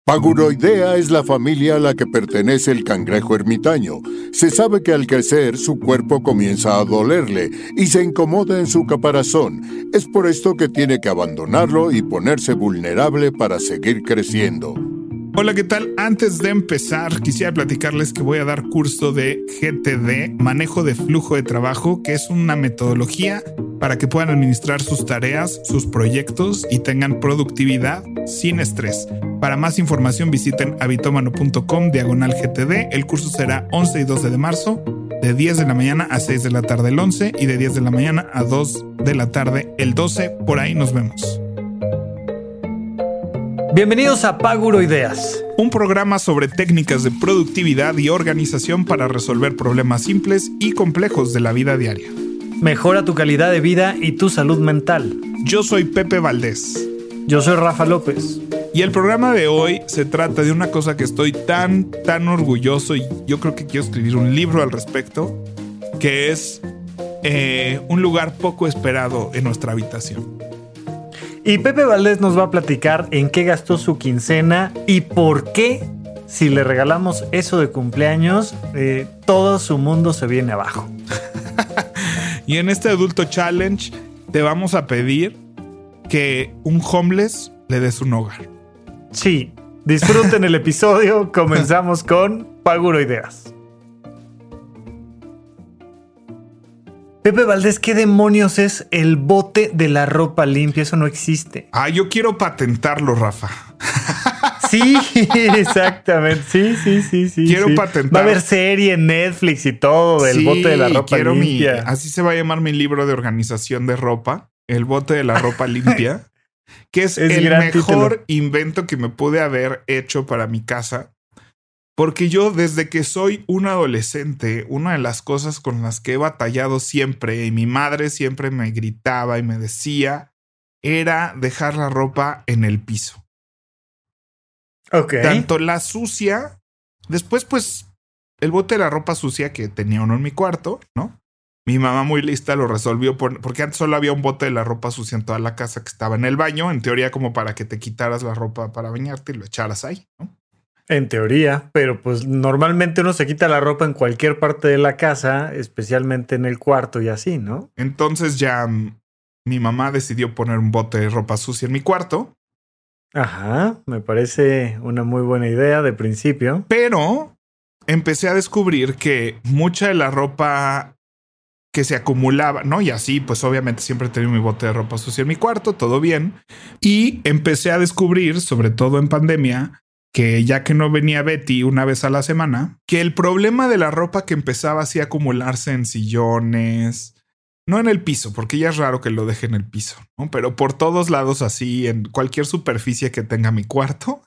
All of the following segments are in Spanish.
Paguroidea es la familia a la que pertenece el cangrejo ermitaño. Se sabe que al crecer su cuerpo comienza a dolerle y se incomoda en su caparazón. Es por esto que tiene que abandonarlo y ponerse vulnerable para seguir creciendo. Hola, ¿qué tal? Antes de empezar, quisiera platicarles que voy a dar curso de GTD, Manejo de Flujo de Trabajo, que es una metodología para que puedan administrar sus tareas, sus proyectos y tengan productividad sin estrés. Para más información visiten habitomano.com/GTD. El curso será 11 y 12 de marzo, de 10 de la mañana a 6 de la tarde el 11 y de 10 de la mañana a 2 de la tarde el 12. Por ahí nos vemos. Bienvenidos a Paguroideas, Un programa sobre técnicas de productividad y organización para resolver problemas simples y complejos de la vida diaria. Mejora tu calidad de vida y tu salud mental. Yo soy Pepe Valdés. Yo soy Rafa López. Y el programa de hoy se trata de una cosa que estoy tan orgulloso y yo creo que quiero escribir un libro al respecto, que es un lugar poco esperado en nuestra habitación. Y Pepe Valdés nos va a platicar en qué gastó su quincena y por qué, si le regalamos eso de cumpleaños, todo su mundo se viene abajo. Y en este Adulto Challenge te vamos a pedir que un homeless le des un hogar. Sí, disfruten el episodio. Comenzamos con Paguroideas. Pepe Valdés, ¿qué demonios es el bote de la ropa limpia? Eso no existe. Yo quiero patentarlo, Rafa. Sí, exactamente. Sí. Quiero patentar. Va a haber serie en Netflix y todo del bote de la ropa limpia. Así se va a llamar mi libro de organización de ropa, el bote de la ropa limpia, que es el mejor invento que me pude haber hecho para mi casa. Porque yo, desde que soy un adolescente, una de las cosas con las que he batallado siempre, y mi madre siempre me gritaba y me decía, era dejar la ropa en el piso. Ok. Tanto la sucia, después pues el bote de la ropa sucia que tenía uno en mi cuarto, ¿no? Mi mamá muy lista lo resolvió porque antes solo había un bote de la ropa sucia en toda la casa que estaba en el baño, en teoría como para que te quitaras la ropa para bañarte y lo echaras ahí, ¿no? En teoría, pero pues normalmente uno se quita la ropa en cualquier parte de la casa, especialmente en el cuarto y así, ¿no? Entonces ya mi mamá decidió poner un bote de ropa sucia en mi cuarto. Ajá, me parece una muy buena idea de principio. Pero empecé a descubrir que mucha de la ropa que se acumulaba, ¿no? Y así, pues obviamente siempre tenía mi bote de ropa sucia en mi cuarto, todo bien. Y empecé a descubrir, sobre todo en pandemia, que ya que no venía Betty una vez a la semana, que el problema de la ropa que empezaba así a acumularse en sillones, no en el piso, porque ya es raro que lo deje en el piso, ¿no? Pero por todos lados así, en cualquier superficie que tenga mi cuarto,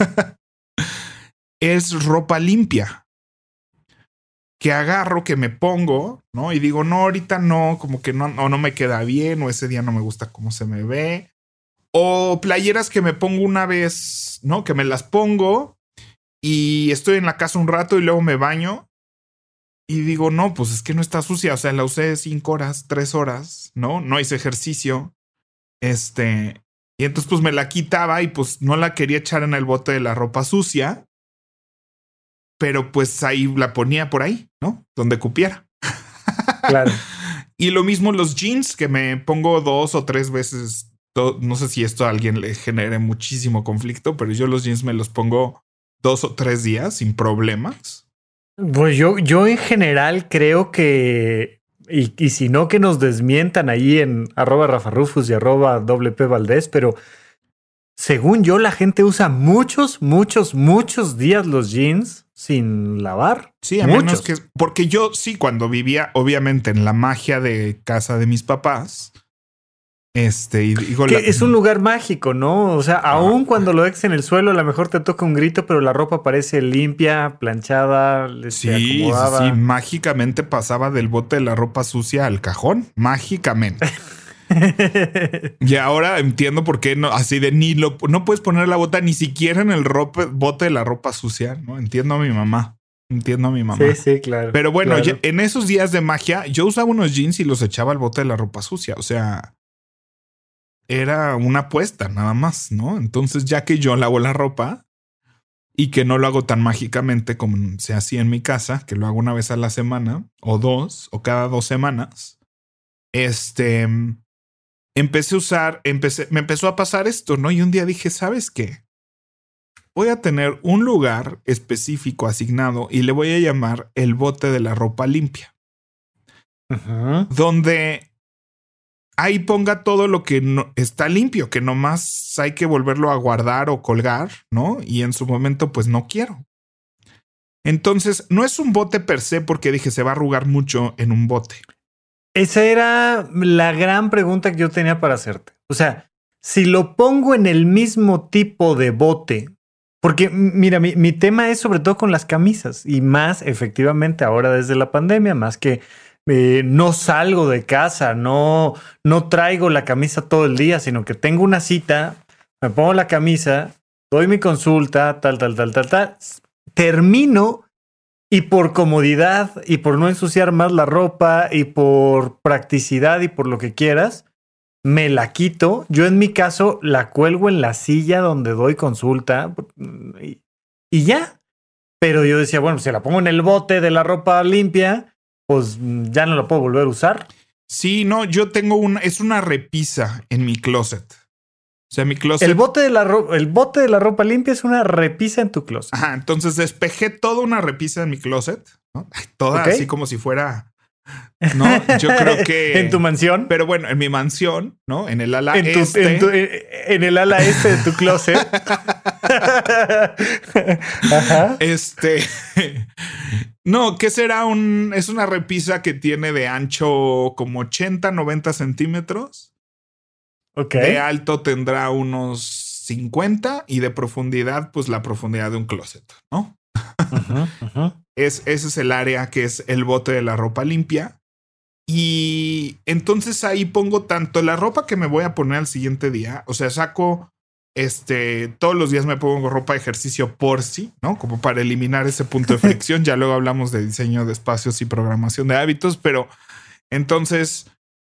es ropa limpia. Que agarro, que me pongo, ¿no? Y digo, no, ahorita no, como que no me queda bien, o ese día no me gusta cómo se me ve. O playeras que me pongo una vez, ¿no? Que me las pongo y estoy en la casa un rato y luego me baño y digo, no, pues es que no está sucia. O sea, la usé 5 horas, 3 horas, ¿no? No hice ejercicio. Y entonces pues me la quitaba y pues no la quería echar en el bote de la ropa sucia. Pero pues ahí la ponía por ahí, ¿no? Donde cupiera. Claro. Y lo mismo los jeans que me pongo 2 o 3 veces. No sé si esto a alguien le genere muchísimo conflicto, pero yo los jeans me los pongo 2 o 3 días sin problemas. Pues yo en general creo que, y si no que nos desmientan ahí en @RafaRufus y @WPValdés, pero según yo la gente usa muchos días los jeans sin lavar. Sí, a menos que... Porque yo sí, cuando vivía obviamente en la magia de casa de mis papás... y digo, que es un lugar mágico, ¿no? O sea, aún cuando lo dejes en el suelo, a lo mejor te toca un grito, pero la ropa parece limpia, planchada, acomodada. Sí, mágicamente pasaba del bote de la ropa sucia al cajón, mágicamente. Y ahora entiendo por qué no, así de no puedes poner la bota ni siquiera en el bote de la ropa sucia, ¿no? Entiendo a mi mamá. Sí, claro. Pero bueno, claro. En esos días de magia, yo usaba unos jeans y los echaba al bote de la ropa sucia. O sea, era una apuesta nada más, ¿no? Entonces, ya que yo lavo la ropa, y que no lo hago tan mágicamente como se hacía en mi casa, que lo hago una vez a la semana o dos o cada 2 semanas. Me empezó a pasar esto, ¿no? Y un día dije, ¿sabes qué? Voy a tener un lugar específico asignado y le voy a llamar el bote de la ropa limpia. Donde ahí ponga todo lo que no está limpio, que nomás hay que volverlo a guardar o colgar, ¿no? Y en su momento, pues no quiero. Entonces, no es un bote per se porque dije se va a arrugar mucho en un bote. Esa era la gran pregunta que yo tenía para hacerte. O sea, si lo pongo en el mismo tipo de bote, porque mira, mi tema es sobre todo con las camisas y más efectivamente ahora desde la pandemia, más que no salgo de casa, no traigo la camisa todo el día, sino que tengo una cita, me pongo la camisa, doy mi consulta, tal, termino y por comodidad y por no ensuciar más la ropa y por practicidad y por lo que quieras, me la quito. Yo en mi caso la cuelgo en la silla donde doy consulta y ya. Pero yo decía, bueno, si la pongo en el bote de la ropa limpia, pues ya no lo puedo volver a usar. Sí, no, yo tengo es una repisa en mi closet. O sea, mi closet. El bote de la ropa limpia es una repisa en tu closet. Ajá, entonces despejé toda una repisa en mi closet, ¿no? Toda así como si fuera. No, yo creo que. ¿En tu mansión? Pero bueno, en mi mansión, ¿no? En el ala en el ala este de tu closet. Ajá. No, ¿qué será? Es una repisa que tiene de ancho como 80, 90 centímetros. Ok. De alto tendrá unos 50 y de profundidad, pues la profundidad de un closet, ¿no? Ese es el área que es el bote de la ropa limpia. Y entonces ahí pongo tanto la ropa que me voy a poner al siguiente día. O sea, saco todos los días me pongo ropa de ejercicio por sí, ¿no? Como para eliminar ese punto de fricción. Ya luego hablamos de diseño de espacios y programación de hábitos, pero entonces,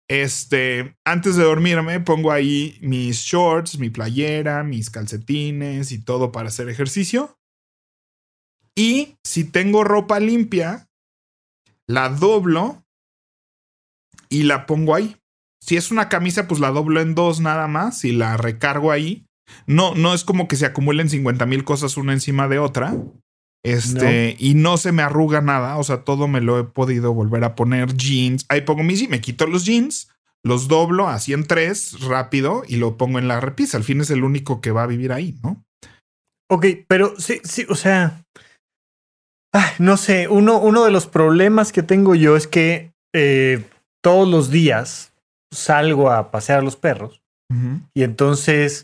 antes de dormirme pongo ahí mis shorts, mi playera, mis calcetines y todo para hacer ejercicio. Y si tengo ropa limpia, la doblo y la pongo ahí. Si es una camisa, pues la doblo en 2 nada más y la recargo ahí. No es como que se acumulen 50,000 cosas una encima de otra. Y no se me arruga nada. O sea, todo me lo he podido volver a poner. Jeans. Ahí pongo me quito los jeans, los doblo así en 3 rápido y lo pongo en la repisa. Al fin es el único que va a vivir ahí, ¿no? Ok, pero sí, o sea, no sé, uno de los problemas que tengo yo es que todos los días salgo a pasear a los perros y entonces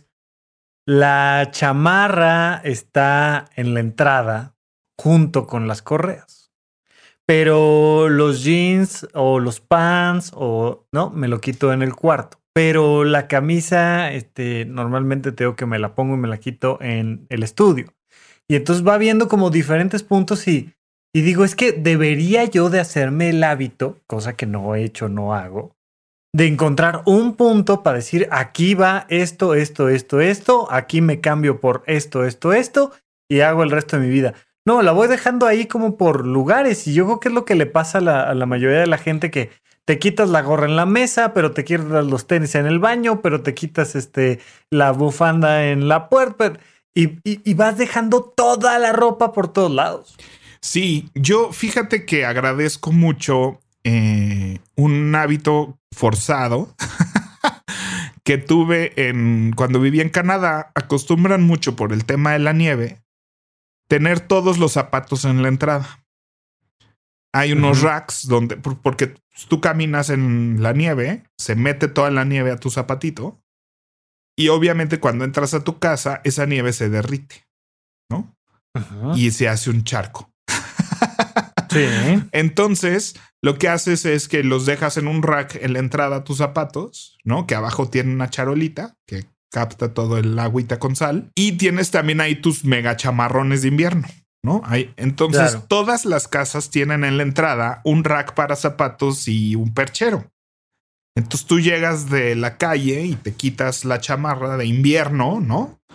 la chamarra está en la entrada junto con las correas. Pero los jeans o los pants me lo quito en el cuarto. Pero la camisa, normalmente tengo que me la pongo y me la quito en el estudio. Y entonces va viendo como diferentes puntos y digo, es que debería yo de hacerme el hábito, cosa que no he hecho, no hago, de encontrar un punto para decir, aquí va esto, aquí me cambio por esto, y hago el resto de mi vida. No, la voy dejando ahí como por lugares y yo creo que es lo que le pasa a la mayoría de la gente, que te quitas la gorra en la mesa, pero te quitas los tenis en el baño, pero te quitas la bufanda en la puerta y vas dejando toda la ropa por todos lados. Sí, yo fíjate que agradezco mucho un hábito forzado que tuve cuando vivía en Canadá. Acostumbran mucho por el tema de la nieve tener todos los zapatos en la entrada. Hay unos racks porque tú caminas en la nieve, se mete toda la nieve a tu zapatito y obviamente cuando entras a tu casa esa nieve se derrite, ¿no? Y se hace un charco. Sí. Entonces, lo que haces es que los dejas en un rack en la entrada a tus zapatos, ¿no? Que abajo tiene una charolita que capta todo el agüita con sal. Y tienes también ahí tus mega chamarrones de invierno, ¿no? Entonces, claro, todas las casas tienen en la entrada un rack para zapatos y un perchero. Entonces, tú llegas de la calle y te quitas la chamarra de invierno, ¿no?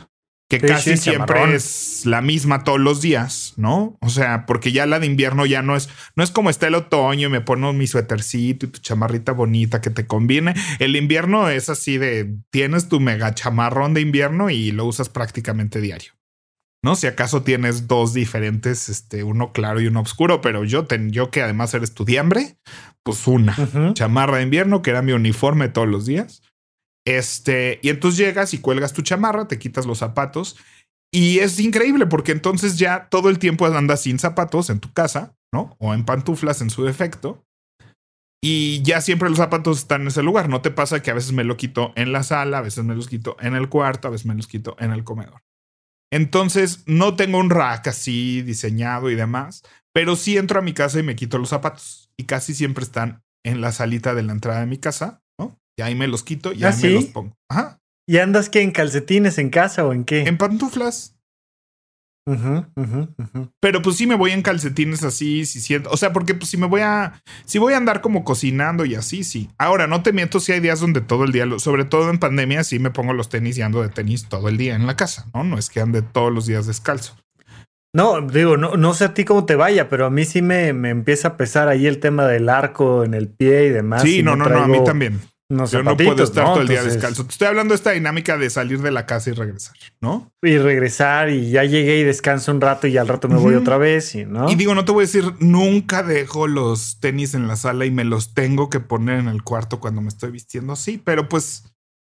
que Sí, casi sí, siempre chamarrón. es la misma todos los días, ¿no? O sea, porque ya la de invierno ya no es como está el otoño y me pongo mi suétercito y tu chamarrita bonita que te conviene. El invierno es así de tienes tu mega chamarrón de invierno y lo usas prácticamente diario, ¿no? Si acaso tienes dos diferentes, uno claro y uno oscuro, pero yo que además era estudiambre, pues una Ujú. chamarra de invierno que era mi uniforme todos los días. Y entonces llegas y cuelgas tu chamarra, te quitas los zapatos y es increíble porque entonces ya todo el tiempo andas sin zapatos en tu casa, ¿no? O en pantuflas en su defecto. Y ya siempre los zapatos están en ese lugar. No te pasa que a veces me lo quito en la sala, a veces me los quito en el cuarto, a veces me los quito en el comedor. Entonces no tengo un rack así diseñado y demás, pero sí entro a mi casa y me quito los zapatos y casi siempre están en la salita de la entrada de mi casa, ¿no? Y ahí me los quito y ¿Ah, ahí me los sí? pongo. Ajá. ¿Y andas qué? ¿En calcetines en casa o en qué? En pantuflas. Ujú, ujú, ujú. Pero pues sí me voy en calcetines así, si siento, o sea, porque pues si voy a andar como cocinando y así, sí. Ahora, no te miento, si hay días donde todo el día, sobre todo en pandemia, sí me pongo los tenis y ando de tenis todo el día en la casa, ¿no? No es que ande todos los días descalzo. No, digo, no sé a ti cómo te vaya, pero a mí sí me empieza a pesar ahí el tema del arco en el pie y demás. Sí, y no, a mí también. Unos Yo no zapatitos, puedo estar ¿no? todo el día Entonces, descalzo. Te estoy hablando de esta dinámica de salir de la casa y regresar, ¿no? y regresar y ya llegué y descanso un rato y al rato me voy otra vez, ¿no? Y digo, no te voy a decir, nunca dejo los tenis en la sala y me los tengo que poner en el cuarto cuando me estoy vistiendo. Sí, pero pues,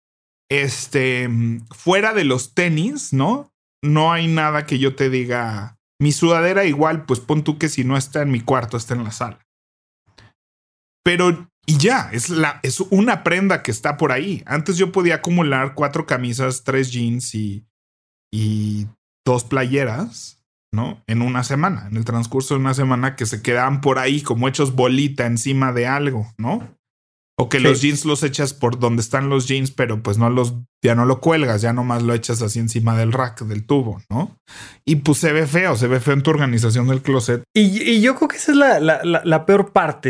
fuera de los tenis, ¿no? No hay nada que yo te diga, mi sudadera igual, pues pon tú que si no está en mi cuarto, está en la sala. Pero y ya, es una prenda que está por ahí. Antes yo podía acumular 4 camisas, 3 jeans y 2 playeras, ¿no? En una semana, en el transcurso de una semana que se quedaban por ahí como hechos bolita encima de algo, ¿no? O que Sí. los jeans los echas por donde están los jeans, pero pues ya no lo cuelgas, ya nomás lo echas así encima del rack, del tubo, ¿no? Y pues se ve feo en tu organización del closet. Y yo creo que esa es la peor parte.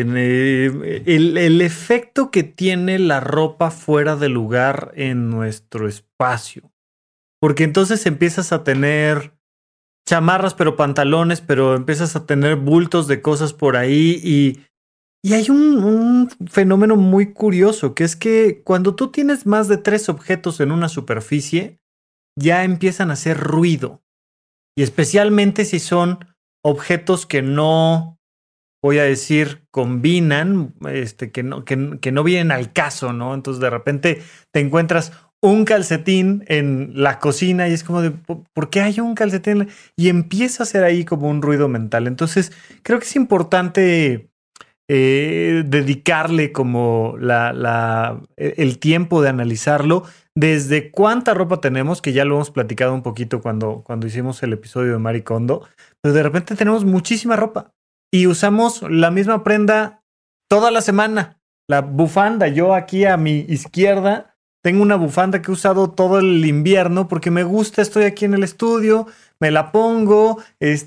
El efecto que tiene la ropa fuera de lugar en nuestro espacio. Porque entonces empiezas a tener chamarras, pero pantalones, pero empiezas a tener bultos de cosas por ahí. Y hay un fenómeno muy curioso, que es que cuando tú tienes más de 3 objetos en una superficie, ya empiezan a hacer ruido. Y especialmente si son objetos que no, voy a decir, combinan, que no vienen al caso, ¿no? Entonces de repente te encuentras un calcetín en la cocina y es como de, ¿por qué hay un calcetín? Y empieza a hacer ahí como un ruido mental. Entonces creo que es importante dedicarle como el tiempo de analizarlo. Desde cuánta ropa tenemos, que ya lo hemos platicado un poquito cuando hicimos el episodio de Marie Kondo, pero de repente tenemos muchísima ropa y usamos la misma prenda toda la semana. La bufanda, yo aquí a mi izquierda tengo una bufanda que he usado todo el invierno porque me gusta, estoy aquí en el estudio, me la pongo,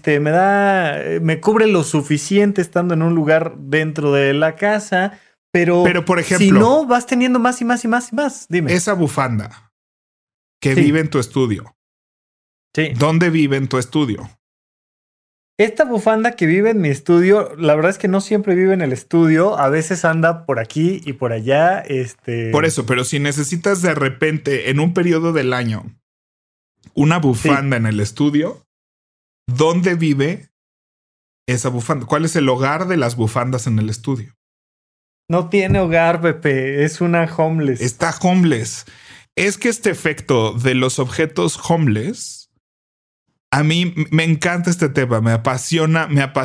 me cubre lo suficiente estando en un lugar dentro de la casa. Pero por ejemplo, si no, vas teniendo más y más y más y más. Dime. Esa bufanda que Sí. vive en tu estudio. Sí. ¿Dónde vive en tu estudio? Esta bufanda que vive en mi estudio, la verdad es que no siempre vive en el estudio. A veces anda por aquí y por allá. Por eso, pero si necesitas de repente en un periodo del año una bufanda en el estudio, ¿dónde vive esa bufanda? ¿Cuál es el hogar de las bufandas en el estudio? No tiene hogar, Pepe. Es una homeless. Está homeless. Es que este efecto de los objetos homeless, a mí me encanta este tema. Me apasiona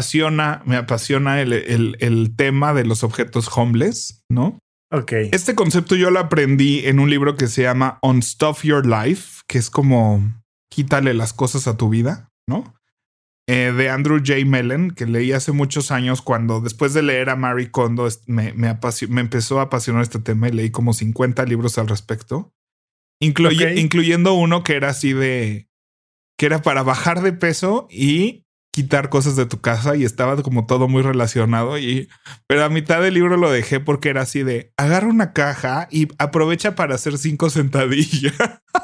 el tema de los objetos homeless, ¿no? Ok. Este concepto yo lo aprendí en un libro que se llama Unstuff Your Life, que es como quítale las cosas a tu vida, ¿no? De Andrew J. Mellon, que leí hace muchos años cuando después de leer a Marie Kondo me empezó a apasionar este tema y leí como 50 libros al respecto, incluyendo uno que era así que era para bajar de peso y quitar cosas de tu casa y estaba como todo muy relacionado pero a mitad del libro lo dejé porque era así de agarra una caja y aprovecha para hacer 5 sentadillas.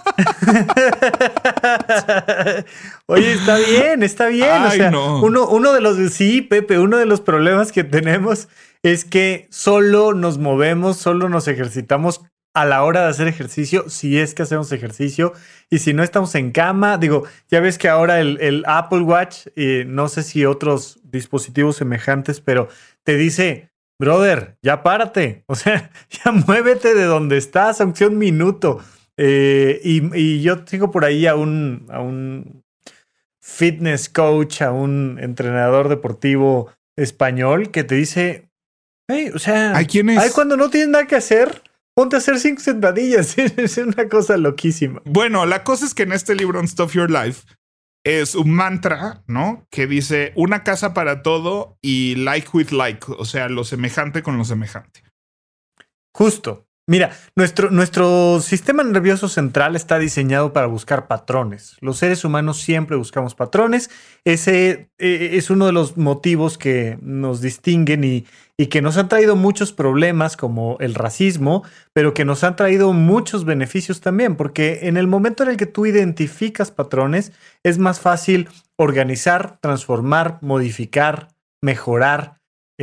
Oye, está bien. Ay, o sea, no. uno de los, sí, Pepe, uno de los problemas que tenemos es que solo nos movemos, solo nos ejercitamos a la hora de hacer ejercicio, si es que hacemos ejercicio, y si no estamos en cama, digo, ya ves que ahora el Apple Watch, no sé si otros dispositivos semejantes, pero te dice, brother, ya párate, o sea, ya muévete de donde estás, aunque sea un minuto. Y yo sigo por ahí a un fitness coach, a un entrenador deportivo español que te dice, hey, o sea, ¿Hay quién es? cuando no tienes nada que hacer, ponte a hacer 5 sentadillas. Es una cosa loquísima. Bueno, la cosa es que en este libro, Unstuff Your Life, es un mantra, ¿no? Que dice una casa para todo y like with like, o sea, lo semejante con lo semejante. Justo. Mira, nuestro sistema nervioso central está diseñado para buscar patrones. Los seres humanos siempre buscamos patrones. Ese es uno de los motivos que nos distinguen y que nos han traído muchos problemas como el racismo, pero que nos han traído muchos beneficios también, porque en el momento en el que tú identificas patrones, es más fácil organizar, transformar, modificar, mejorar.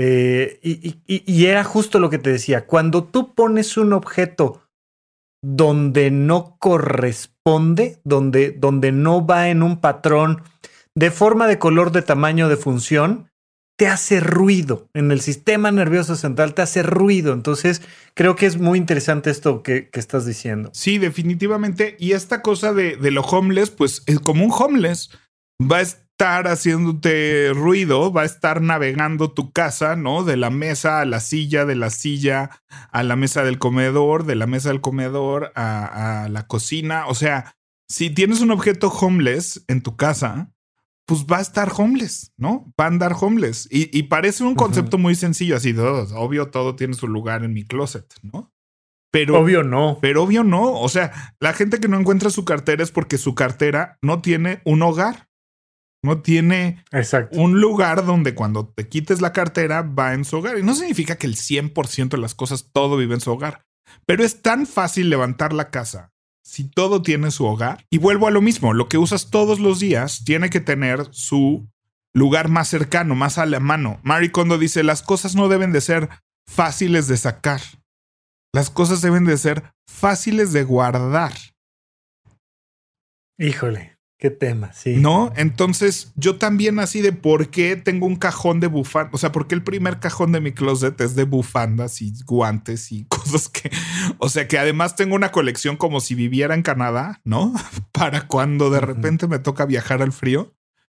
Y era justo lo que te decía. Cuando tú pones un objeto donde no corresponde, donde no va en un patrón de forma, de color, de tamaño, de función, te hace ruido. En el sistema nervioso central te hace ruido. Entonces, creo que es muy interesante esto que estás diciendo. Sí, definitivamente. Y esta cosa de lo homeless, pues es como un homeless. Va a estar haciéndote ruido, va a estar navegando tu casa, ¿no? De la mesa a la silla, de la silla a la mesa del comedor, de la mesa del comedor a la cocina. O sea, si tienes un objeto homeless en tu casa, pues va a estar homeless, ¿no? Va a andar homeless. Y parece un concepto muy sencillo, así, obvio, todo tiene su lugar en mi closet, ¿no? Pero obvio no. Pero obvio no. O sea, la gente que no encuentra su cartera es porque su cartera no tiene un hogar. No tiene un lugar donde cuando te quites la cartera va en su hogar. Y no significa que el 100% de las cosas todo vive en su hogar. Pero es tan fácil levantar la casa si todo tiene su hogar. Y vuelvo a lo mismo. Lo que usas todos los días tiene que tener su lugar más cercano, más a la mano. Marie Kondo dice, las cosas no deben de ser fáciles de sacar. Las cosas deben de ser fáciles de guardar. Híjole. Qué tema, sí. ¿No? Entonces, yo también así de por qué tengo un cajón de bufandas. O sea, por qué el primer cajón de mi closet es de bufandas y guantes y cosas que... O sea, que además tengo una colección como si viviera en Canadá, ¿no? Para cuando de repente me toca viajar al frío.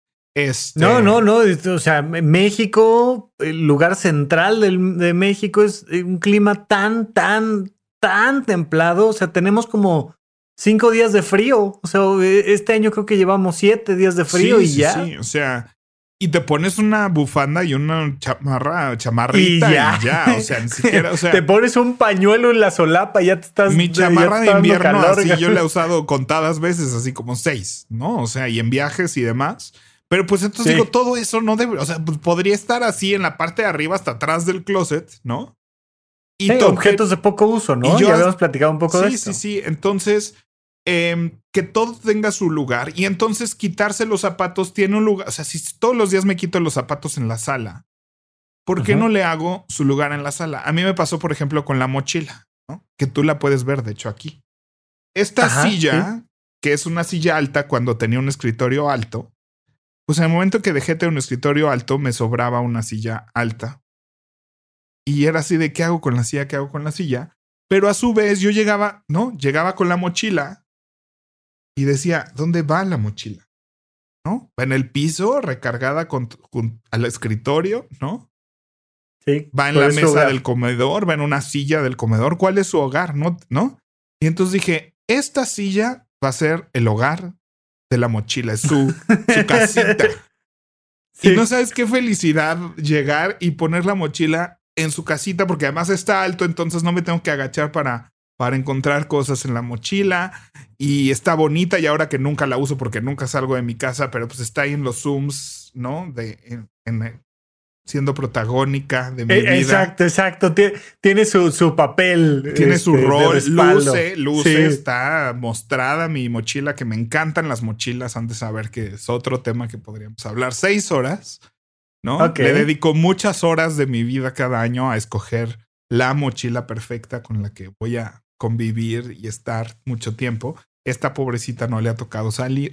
No. O sea, México, el lugar central de México es un clima tan templado. O sea, tenemos como 5 días de frío. O sea, este año creo que llevamos 7 días de frío ya. Sí, o sea, y te pones una bufanda y una chamarrita y ya. O sea, ni siquiera, o sea, te pones un pañuelo en la solapa y ya te estás... Mi chamarra de invierno, calor, así yo la he usado contadas veces, así como 6, ¿no? O sea, y en viajes y demás. Pero pues entonces digo, todo eso no debe... O sea, pues podría estar así en la parte de arriba hasta atrás del closet, ¿no? Y objetos de poco uso, ¿no? Ya habíamos platicado un poco de esto. Sí. Entonces... que todo tenga su lugar y entonces quitarse los zapatos tiene un lugar. O sea, si todos los días me quito los zapatos en la sala, ¿por qué no le hago su lugar en la sala? A mí me pasó, por ejemplo, con la mochila, ¿no? Que tú la puedes ver, de hecho, aquí. Esta silla, que es una silla alta cuando tenía un escritorio alto, pues en el momento que dejé de un escritorio alto, me sobraba una silla alta. Y era así de ¿qué hago con la silla? ¿Qué hago con la silla? Pero a su vez yo llegaba, ¿no? Llegaba con la mochila y decía, ¿dónde va la mochila? ¿No? Va en el piso, recargada al escritorio, ¿no? Sí. Va en la mesa del comedor, va en una silla del comedor. ¿Cuál es su hogar? ¿No? Y entonces dije, esta silla va a ser el hogar de la mochila, es su casita. Sí. Y no sabes qué felicidad llegar y poner la mochila en su casita, porque además está alto, entonces no me tengo que agachar para encontrar cosas en la mochila y está bonita y ahora que nunca la uso porque nunca salgo de mi casa, pero pues está ahí en los Zooms ¿no? Siendo protagónica de mi vida. Exacto. Tiene su papel. Tiene su rol. Luce. Sí. Está mostrada mi mochila, que me encantan las mochilas. Antes de saber que es otro tema que podríamos hablar. 6 horas, ¿no? Okay. Le dedico muchas horas de mi vida cada año a escoger la mochila perfecta con la que voy a convivir y estar mucho tiempo. Esta pobrecita no le ha tocado salir.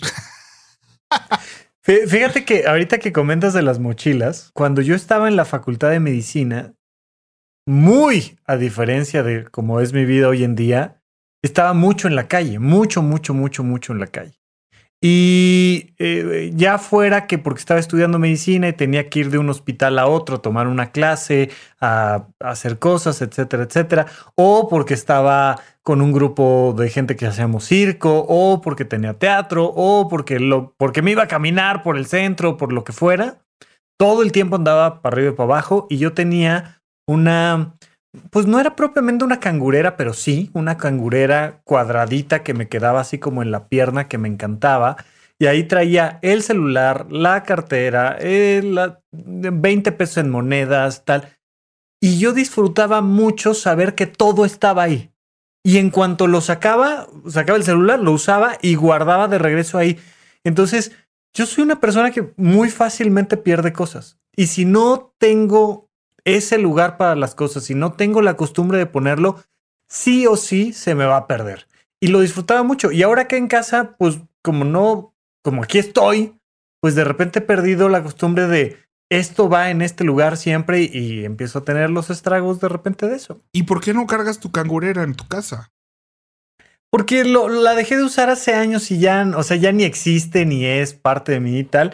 Fíjate que ahorita que comentas de las mochilas, cuando yo estaba en la facultad de medicina, muy a diferencia de cómo es mi vida hoy en día, estaba mucho en la calle, mucho en la calle. Y ya fuera que porque estaba estudiando medicina y tenía que ir de un hospital a otro, tomar una clase, a hacer cosas, etcétera, o porque estaba con un grupo de gente que hacíamos circo, o porque tenía teatro, o porque me iba a caminar por el centro, por lo que fuera, todo el tiempo andaba para arriba y para abajo, y yo tenía pues no era propiamente una cangurera, pero sí una cangurera cuadradita que me quedaba así como en la pierna, que me encantaba. Y ahí traía el celular, la cartera, 20 pesos en monedas, tal. Y yo disfrutaba mucho saber que todo estaba ahí. Y en cuanto lo sacaba el celular, lo usaba y guardaba de regreso ahí. Entonces, yo soy una persona que muy fácilmente pierde cosas. Y si no tengo ese lugar para las cosas, si no tengo la costumbre de ponerlo, sí o sí se me va a perder. Y lo disfrutaba mucho. Y ahora que en casa, pues como aquí estoy, pues de repente he perdido la costumbre de esto va en este lugar siempre y empiezo a tener los estragos de repente de eso. ¿Y por qué no cargas tu cangurera en tu casa? Porque la dejé de usar hace años y ya ni existe ni es parte de mí y tal.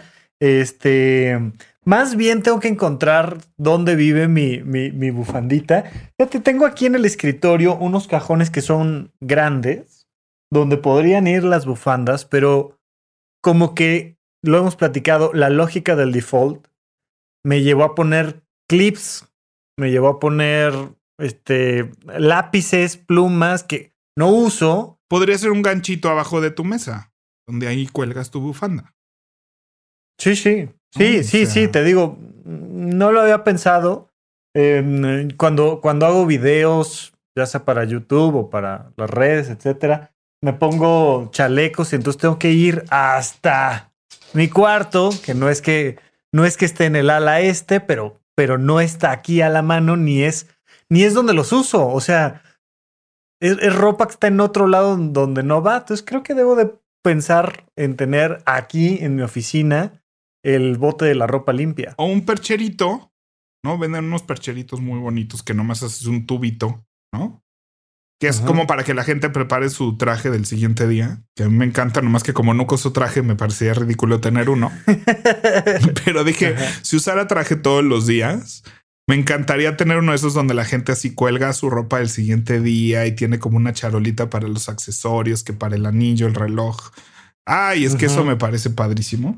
Más bien tengo que encontrar dónde vive mi bufandita. Fíjate, tengo aquí en el escritorio unos cajones que son grandes, donde podrían ir las bufandas, pero como que lo hemos platicado, la lógica del default me llevó a poner clips, me llevó a poner lápices, plumas que no uso. Podría ser un ganchito abajo de tu mesa, donde ahí cuelgas tu bufanda. Sí, te digo, no lo había pensado. Cuando hago videos, ya sea para YouTube o para las redes, etcétera, me pongo chalecos y entonces tengo que ir hasta mi cuarto, que no es que esté en el ala pero no está aquí a la mano, ni es donde los uso. O sea, es ropa que está en otro lado donde no va. Entonces creo que debo de pensar en tener aquí en mi oficina el bote de la ropa limpia. O un percherito, ¿no? Venden unos percheritos muy bonitos que nomás haces un tubito, ¿no? Que es como para que la gente prepare su traje del siguiente día. Que a mí me encanta, nomás que como no uso traje, me parecía ridículo tener uno. Pero dije, si usara traje todos los días, me encantaría tener uno de esos donde la gente así cuelga su ropa del siguiente día y tiene como una charolita para los accesorios, que para el anillo, el reloj. Ay, es que eso me parece padrísimo.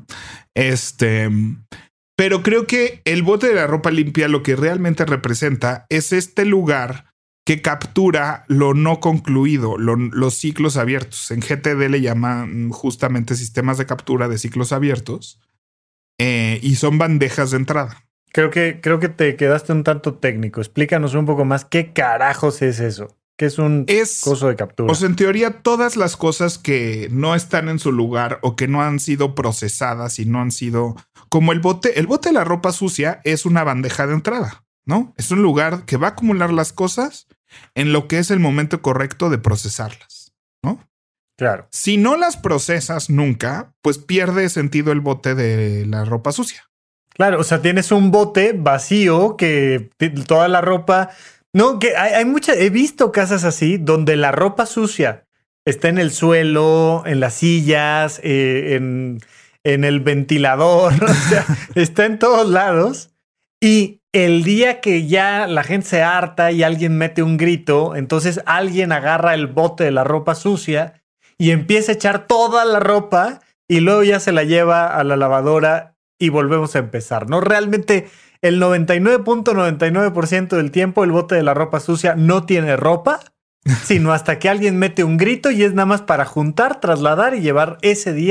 Pero creo que el bote de la ropa limpia lo que realmente representa es este lugar que captura lo no concluido, los ciclos abiertos. En GTD le llaman justamente sistemas de captura de ciclos abiertos y son bandejas de entrada. Creo que te quedaste un tanto técnico. Explícanos un poco más qué carajos es eso. ¿Qué es un coso de captura? O sea, en teoría, todas las cosas que no están en su lugar o que no han sido procesadas y no han sido como el bote de la ropa sucia es una bandeja de entrada, ¿no? Es un lugar que va a acumular las cosas en lo que es el momento correcto de procesarlas, ¿no? Claro. Si no las procesas nunca, pues pierde sentido el bote de la ropa sucia. Claro, o sea, tienes un bote vacío que toda la ropa... No, que hay muchas... He visto casas así donde la ropa sucia está en el suelo, en las sillas, en el ventilador, o sea, está en todos lados. Y el día que ya la gente se harta y alguien mete un grito, entonces alguien agarra el bote de la ropa sucia y empieza a echar toda la ropa y luego ya se la lleva a la lavadora y volvemos a empezar, ¿no? Realmente el 99.99% del tiempo el bote de la ropa sucia no tiene ropa, sino hasta que alguien mete un grito y es nada más para juntar, trasladar y llevar ese día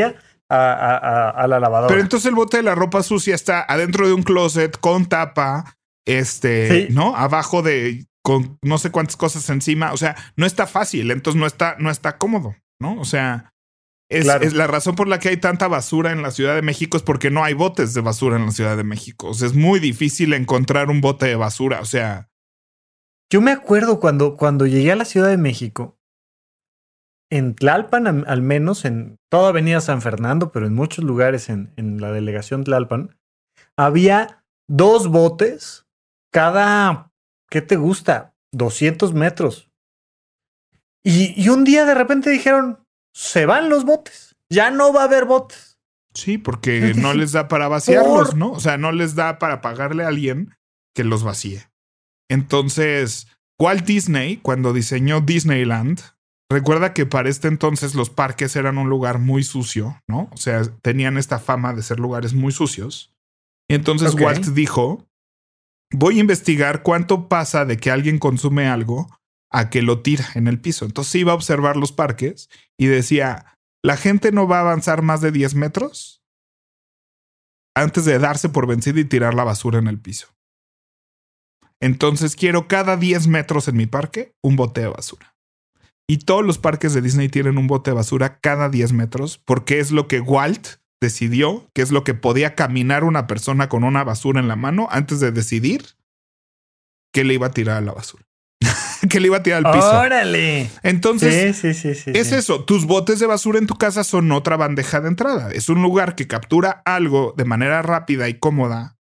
a la lavadora. Pero entonces el bote de la ropa sucia está adentro de un closet con tapa, Sí. ¿no? Abajo con no sé cuántas cosas encima. O sea, no está fácil, entonces no está cómodo, ¿no? O sea, Claro. es la razón por la que hay tanta basura en la Ciudad de México es porque no hay botes de basura en la Ciudad de México. O sea, es muy difícil encontrar un bote de basura. O sea, Yo me acuerdo cuando llegué a la Ciudad de México, en Tlalpan, al menos, en toda Avenida San Fernando, pero en muchos lugares en la delegación Tlalpan, había 2 botes cada, ¿qué te gusta? 200 metros. Y un día de repente dijeron, se van los botes, ya no va a haber botes. sí, porque Yo dije, no les da para vaciarlos, ¿por? ¿no? O sea, no les da para pagarle a alguien que los vacíe. Entonces, Walt Disney, cuando diseñó Disneyland, recuerda que para este entonces los parques eran un lugar muy sucio, ¿no? O sea, tenían esta fama de ser lugares muy sucios. Y entonces Ok. Walt dijo, voy a investigar cuánto pasa de que alguien consume algo a que lo tira en el piso. Entonces iba a observar los parques y decía, la gente no va a avanzar más de 10 metros antes de darse por vencida y tirar la basura en el piso. Entonces quiero cada 10 metros en mi parque un bote de basura. Y todos los parques de Disney tienen un bote de basura cada 10 metros porque es lo que Walt decidió, que es lo que podía caminar una persona con una basura en la mano antes de decidir que le iba a tirar a la basura. Que le iba a tirar al piso. ¡Órale! Entonces, Sí. es eso. Tus botes de basura en tu casa son otra bandeja de entrada. Es un lugar que captura algo de manera rápida y cómoda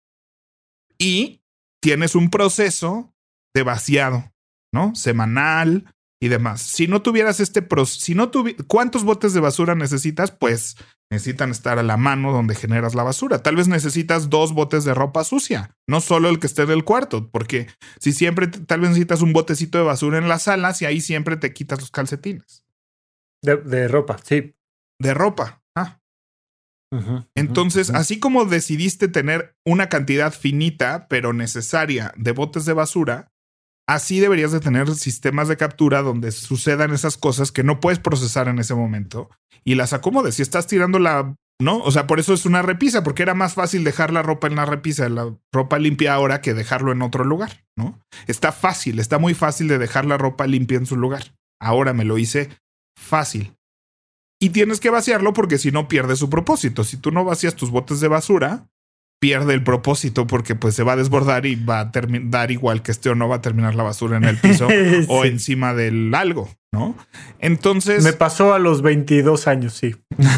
y tienes un proceso de vaciado, ¿no? Semanal y demás. Si no tuvieras este proceso, ¿cuántos botes de basura necesitas? Pues necesitan estar a la mano donde generas la basura. Tal vez necesitas 2 botes de ropa sucia, no solo el que esté en el cuarto, porque si siempre, tal vez necesitas un botecito de basura en las salas y ahí siempre te quitas los calcetines. De ropa, sí. De ropa. Entonces, así como decidiste tener una cantidad finita, pero necesaria de botes de basura, así deberías de tener sistemas de captura donde sucedan esas cosas que no puedes procesar en ese momento y las acomodes. Si estás tirando ¿no? O sea, por eso es una repisa, porque era más fácil dejar la ropa en la repisa, la ropa limpia ahora que dejarlo en otro lugar, ¿no? Está muy fácil de dejar la ropa limpia en su lugar. Ahora me lo hice fácil. Y tienes que vaciarlo porque si no pierde su propósito. Si tú no vacías tus botes de basura, pierde el propósito porque pues se va a desbordar y va a dar igual que esté o no va a terminar la basura en el piso Sí. o encima del algo, ¿no? Entonces... Me pasó a los 22 años, sí.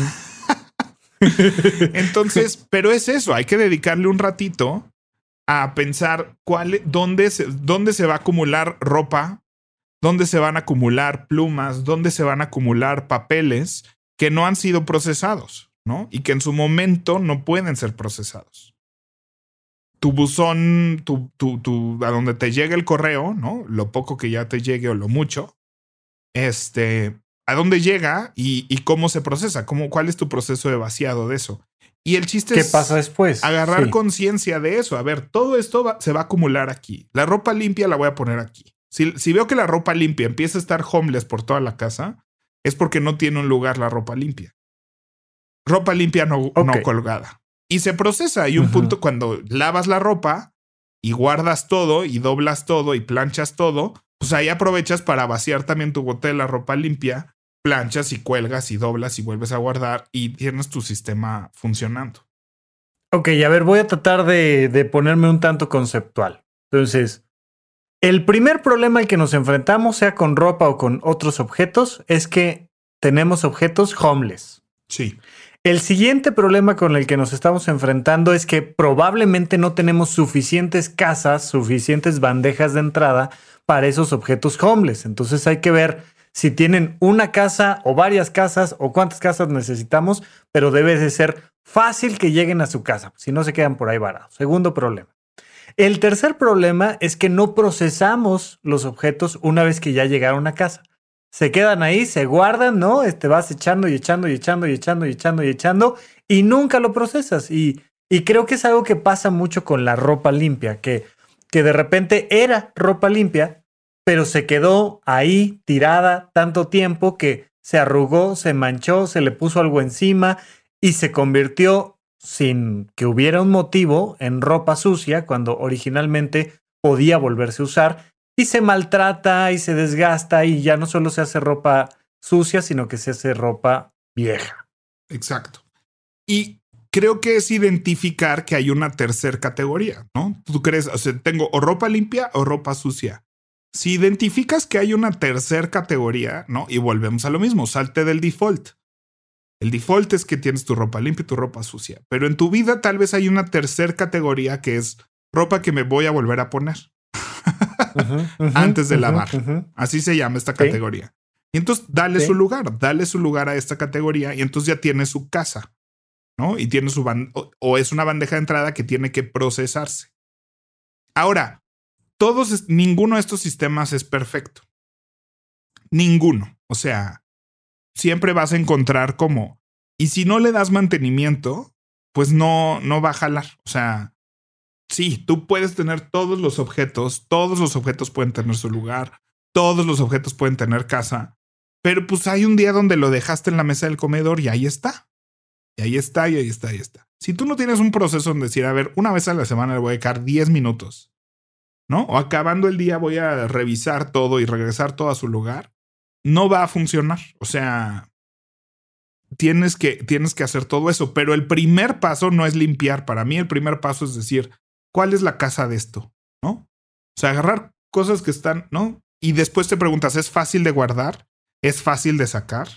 Entonces, pero es eso, hay que dedicarle un ratito a pensar dónde se va a acumular ropa, dónde se van a acumular plumas, dónde se van a acumular papeles que no han sido procesados, ¿no? Y que en su momento no pueden ser procesados. Tu buzón, a donde te llegue el correo, ¿no? Lo poco que ya te llegue o lo mucho, a dónde llega y cómo se procesa, cuál es tu proceso de vaciado de eso. Y el chiste ¿Qué es pasa después? agarrar conciencia de eso. A ver, todo esto se va a acumular aquí. La ropa limpia la voy a poner aquí. Si veo que la ropa limpia empieza a estar homeless por toda la casa, es porque no tiene un lugar la ropa limpia. Ropa limpia no colgada. Y se procesa. Hay un punto cuando lavas la ropa y guardas todo y doblas todo y planchas todo, pues ahí aprovechas para vaciar también tu bote de la ropa limpia, planchas y cuelgas y doblas y vuelves a guardar y tienes tu sistema funcionando. Ok, a ver, voy a tratar de ponerme un tanto conceptual. Entonces, el primer problema al que nos enfrentamos, sea con ropa o con otros objetos, es que tenemos objetos homeless. Sí. El siguiente problema con el que nos estamos enfrentando es que probablemente no tenemos suficientes casas, suficientes bandejas de entrada para esos objetos homeless. Entonces hay que ver si tienen una casa o varias casas o cuántas casas necesitamos, pero debe de ser fácil que lleguen a su casa, si no se quedan por ahí varados. Segundo problema. El tercer problema es que no procesamos los objetos una vez que ya llegaron a casa. Se quedan ahí, se guardan, ¿no? Vas echando y echando y echando y echando y echando y echando y nunca lo procesas. Y creo que es algo que pasa mucho con la ropa limpia, que de repente era ropa limpia, pero se quedó ahí tirada tanto tiempo que se arrugó, se manchó, se le puso algo encima y se convirtió, sin que hubiera un motivo, en ropa sucia cuando originalmente podía volverse a usar, y se maltrata y se desgasta y ya no solo se hace ropa sucia, sino que se hace ropa vieja. Exacto. Y creo que es identificar que hay una tercera categoría, ¿no? Tú crees, o sea, tengo o ropa limpia o ropa sucia. Si identificas que hay una tercera categoría, ¿no? Y volvemos a lo mismo, salte del default. El default es que tienes tu ropa limpia y tu ropa sucia. Pero en tu vida tal vez hay una tercera categoría que es ropa que me voy a volver a poner antes de lavar. Así se llama esta categoría. Y entonces dale su lugar a esta categoría y entonces ya tiene su casa, ¿no? Y tiene su o es una bandeja de entrada que tiene que procesarse. Ahora, ninguno de estos sistemas es perfecto. Ninguno. O sea, siempre vas a encontrar como, y si no le das mantenimiento, pues no va a jalar. O sea, sí, tú puedes tener todos los objetos pueden tener su lugar, todos los objetos pueden tener casa, pero pues hay un día donde lo dejaste en la mesa del comedor y ahí está. Y ahí está. Si tú no tienes un proceso en decir, a ver, una vez a la semana le voy a dedicar 10 minutos, ¿no? O acabando el día voy a revisar todo y regresar todo a su lugar, no va a funcionar. O sea, tienes que hacer todo eso, pero el primer paso no es limpiar. Para mí el primer paso es decir, ¿cuál es la casa de esto? ¿No? O sea, agarrar cosas que están, ¿no? Y después te preguntas, ¿es fácil de guardar? ¿Es fácil de sacar?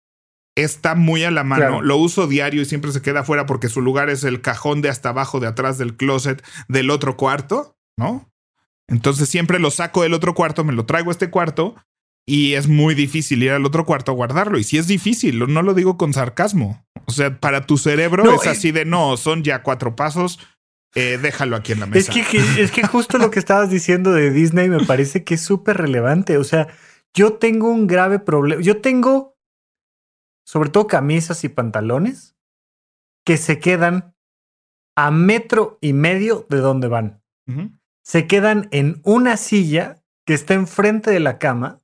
Está muy a la mano. Claro. Lo uso diario y siempre se queda afuera porque su lugar es el cajón de hasta abajo, de atrás del closet del otro cuarto, ¿no? Entonces siempre lo saco del otro cuarto, me lo traigo a este cuarto y es muy difícil ir al otro cuarto a guardarlo. Y si es difícil, no lo digo con sarcasmo. O sea, para tu cerebro es así de no, son ya 4 pasos. Déjalo aquí en la mesa. Es que justo lo que estabas diciendo de Disney me parece que es súper relevante. O sea, yo tengo un grave problema. Yo tengo, sobre todo, camisas y pantalones que se quedan a 1.5 metros de donde van. Se quedan en una silla que está enfrente de la cama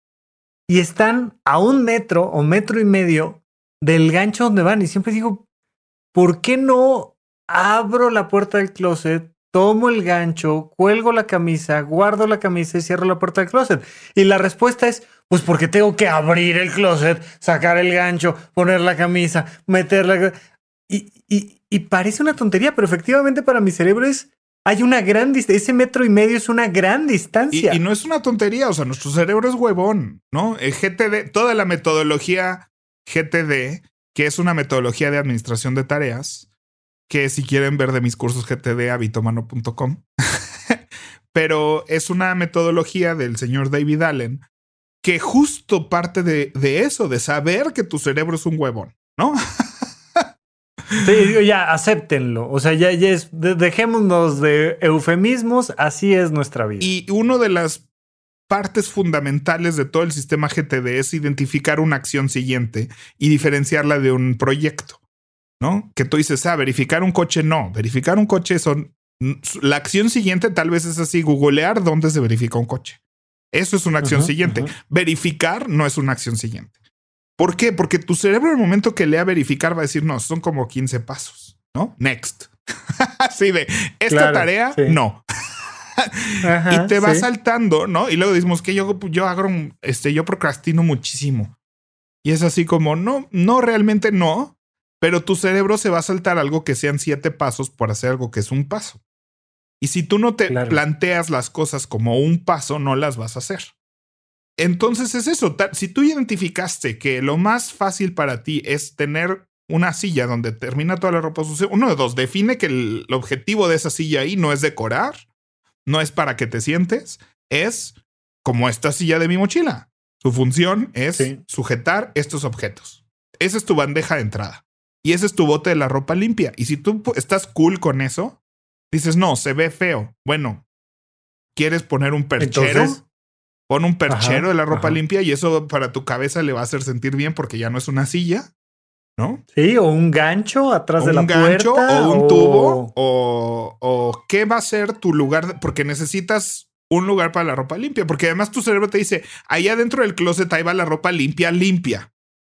y están a 1 metro o 1.5 metros del gancho donde van. Y siempre digo, ¿por qué no abro la puerta del closet, tomo el gancho, cuelgo la camisa, guardo la camisa y cierro la puerta del closet? Y la respuesta es, pues porque tengo que abrir el closet, sacar el gancho, poner la camisa, meterla. Y parece una tontería, pero efectivamente para mi cerebro hay una gran distancia. Ese 1.5 metros es una gran distancia. Y no es una tontería. O sea, nuestro cerebro es huevón, ¿no? El GTD, toda la metodología GTD, que es una metodología de administración de tareas, que si quieren ver de mis cursos GTD, habitomano.com. Pero es una metodología del señor David Allen que justo parte de eso, de saber que tu cerebro es un huevón, ¿no? Sí, ya, acéptenlo. O sea, ya es, dejémonos de eufemismos, así es nuestra vida. Y una de las partes fundamentales de todo el sistema GTD es identificar una acción siguiente y diferenciarla de un proyecto, ¿no? Que tú dices, verificar un coche, no. Verificar un coche la acción siguiente tal vez es así, googlear dónde se verifica un coche. Eso es una acción siguiente. Verificar no es una acción siguiente. ¿Por qué? Porque tu cerebro en el momento que lea verificar va a decir, no, son como 15 pasos, ¿no? Next. Así de, esta tarea, sí. No. Y te va saltando, ¿no? Y luego decimos que yo hago yo procrastino muchísimo. Y es así como, no, realmente no. Pero tu cerebro se va a saltar algo que sean 7 pasos por hacer algo que es un paso. Y si tú no te planteas las cosas como un paso, no las vas a hacer. Entonces es eso. Si tú identificaste que lo más fácil para ti es tener una silla donde termina toda la ropa sucia, 1 de 2, define que el objetivo de esa silla ahí no es decorar, no es para que te sientes, es como esta silla de mi mochila. Su función es sujetar estos objetos. Esa es tu bandeja de entrada. Y ese es tu bote de la ropa limpia. Y si tú estás cool con eso, dices, no, se ve feo. Bueno, ¿quieres poner un perchero? Entonces, pon un perchero de la ropa limpia y eso para tu cabeza le va a hacer sentir bien porque ya no es una silla, ¿no? Sí, o un gancho atrás de la puerta. Un gancho o un tubo o qué va a ser tu lugar, porque necesitas un lugar para la ropa limpia, porque además tu cerebro te dice, ahí adentro del closet ahí va la ropa limpia.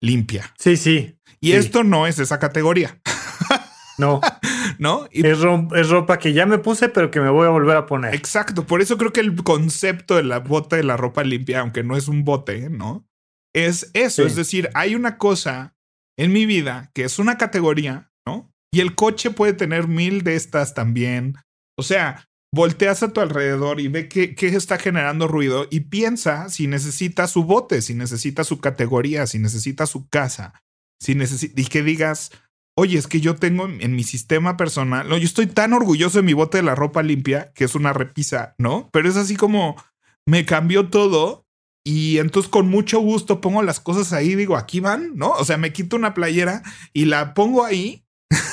limpia. Sí, sí. Y sí. esto no es esa categoría. No. ¿No? Y es ropa que ya me puse, pero que me voy a volver a poner. exacto. Por eso creo que el concepto de la bote de la ropa limpia, aunque no es un bote, ¿no? Es eso. Sí. Es decir, hay una cosa en mi vida que es una categoría, ¿no? Y el coche puede tener 1000 de estas también. O sea, volteas a tu alrededor y ve qué está generando ruido y piensa si necesita su bote, si necesita su categoría, si necesita su casa, y que digas, oye, es que yo tengo en mi sistema personal, no, yo estoy tan orgulloso de mi bote de la ropa limpia, que es una repisa, ¿no? Pero es así como me cambió todo y entonces con mucho gusto pongo las cosas ahí, digo, aquí van, ¿no? O sea, me quito una playera y la pongo ahí.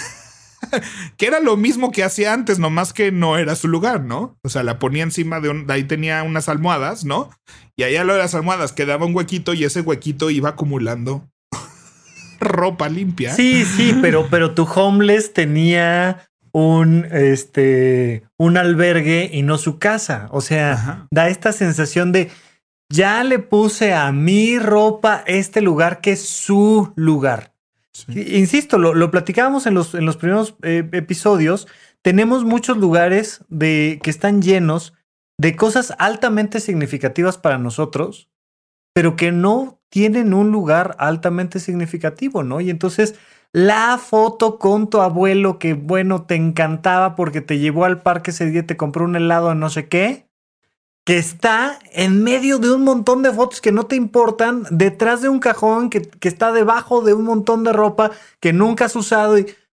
Que era lo mismo que hacía antes, nomás que no era su lugar, ¿no? O sea, la ponía encima de ahí tenía unas almohadas, ¿no? Y allá lo de las almohadas quedaba un huequito y ese huequito iba acumulando ropa limpia. Sí, pero tu homeless tenía un albergue y no su casa. O sea, ajá, da esta sensación de ya le puse a mi ropa este lugar que es su lugar. Sí. Insisto, lo platicábamos en los primeros episodios. Tenemos muchos lugares que están llenos de cosas altamente significativas para nosotros, pero que no tienen un lugar altamente significativo, ¿no? Y entonces la foto con tu abuelo que, bueno, te encantaba porque te llevó al parque ese día y te compró un helado de no sé qué, que está en medio de un montón de fotos que no te importan, detrás de un cajón que está debajo de un montón de ropa que nunca has usado.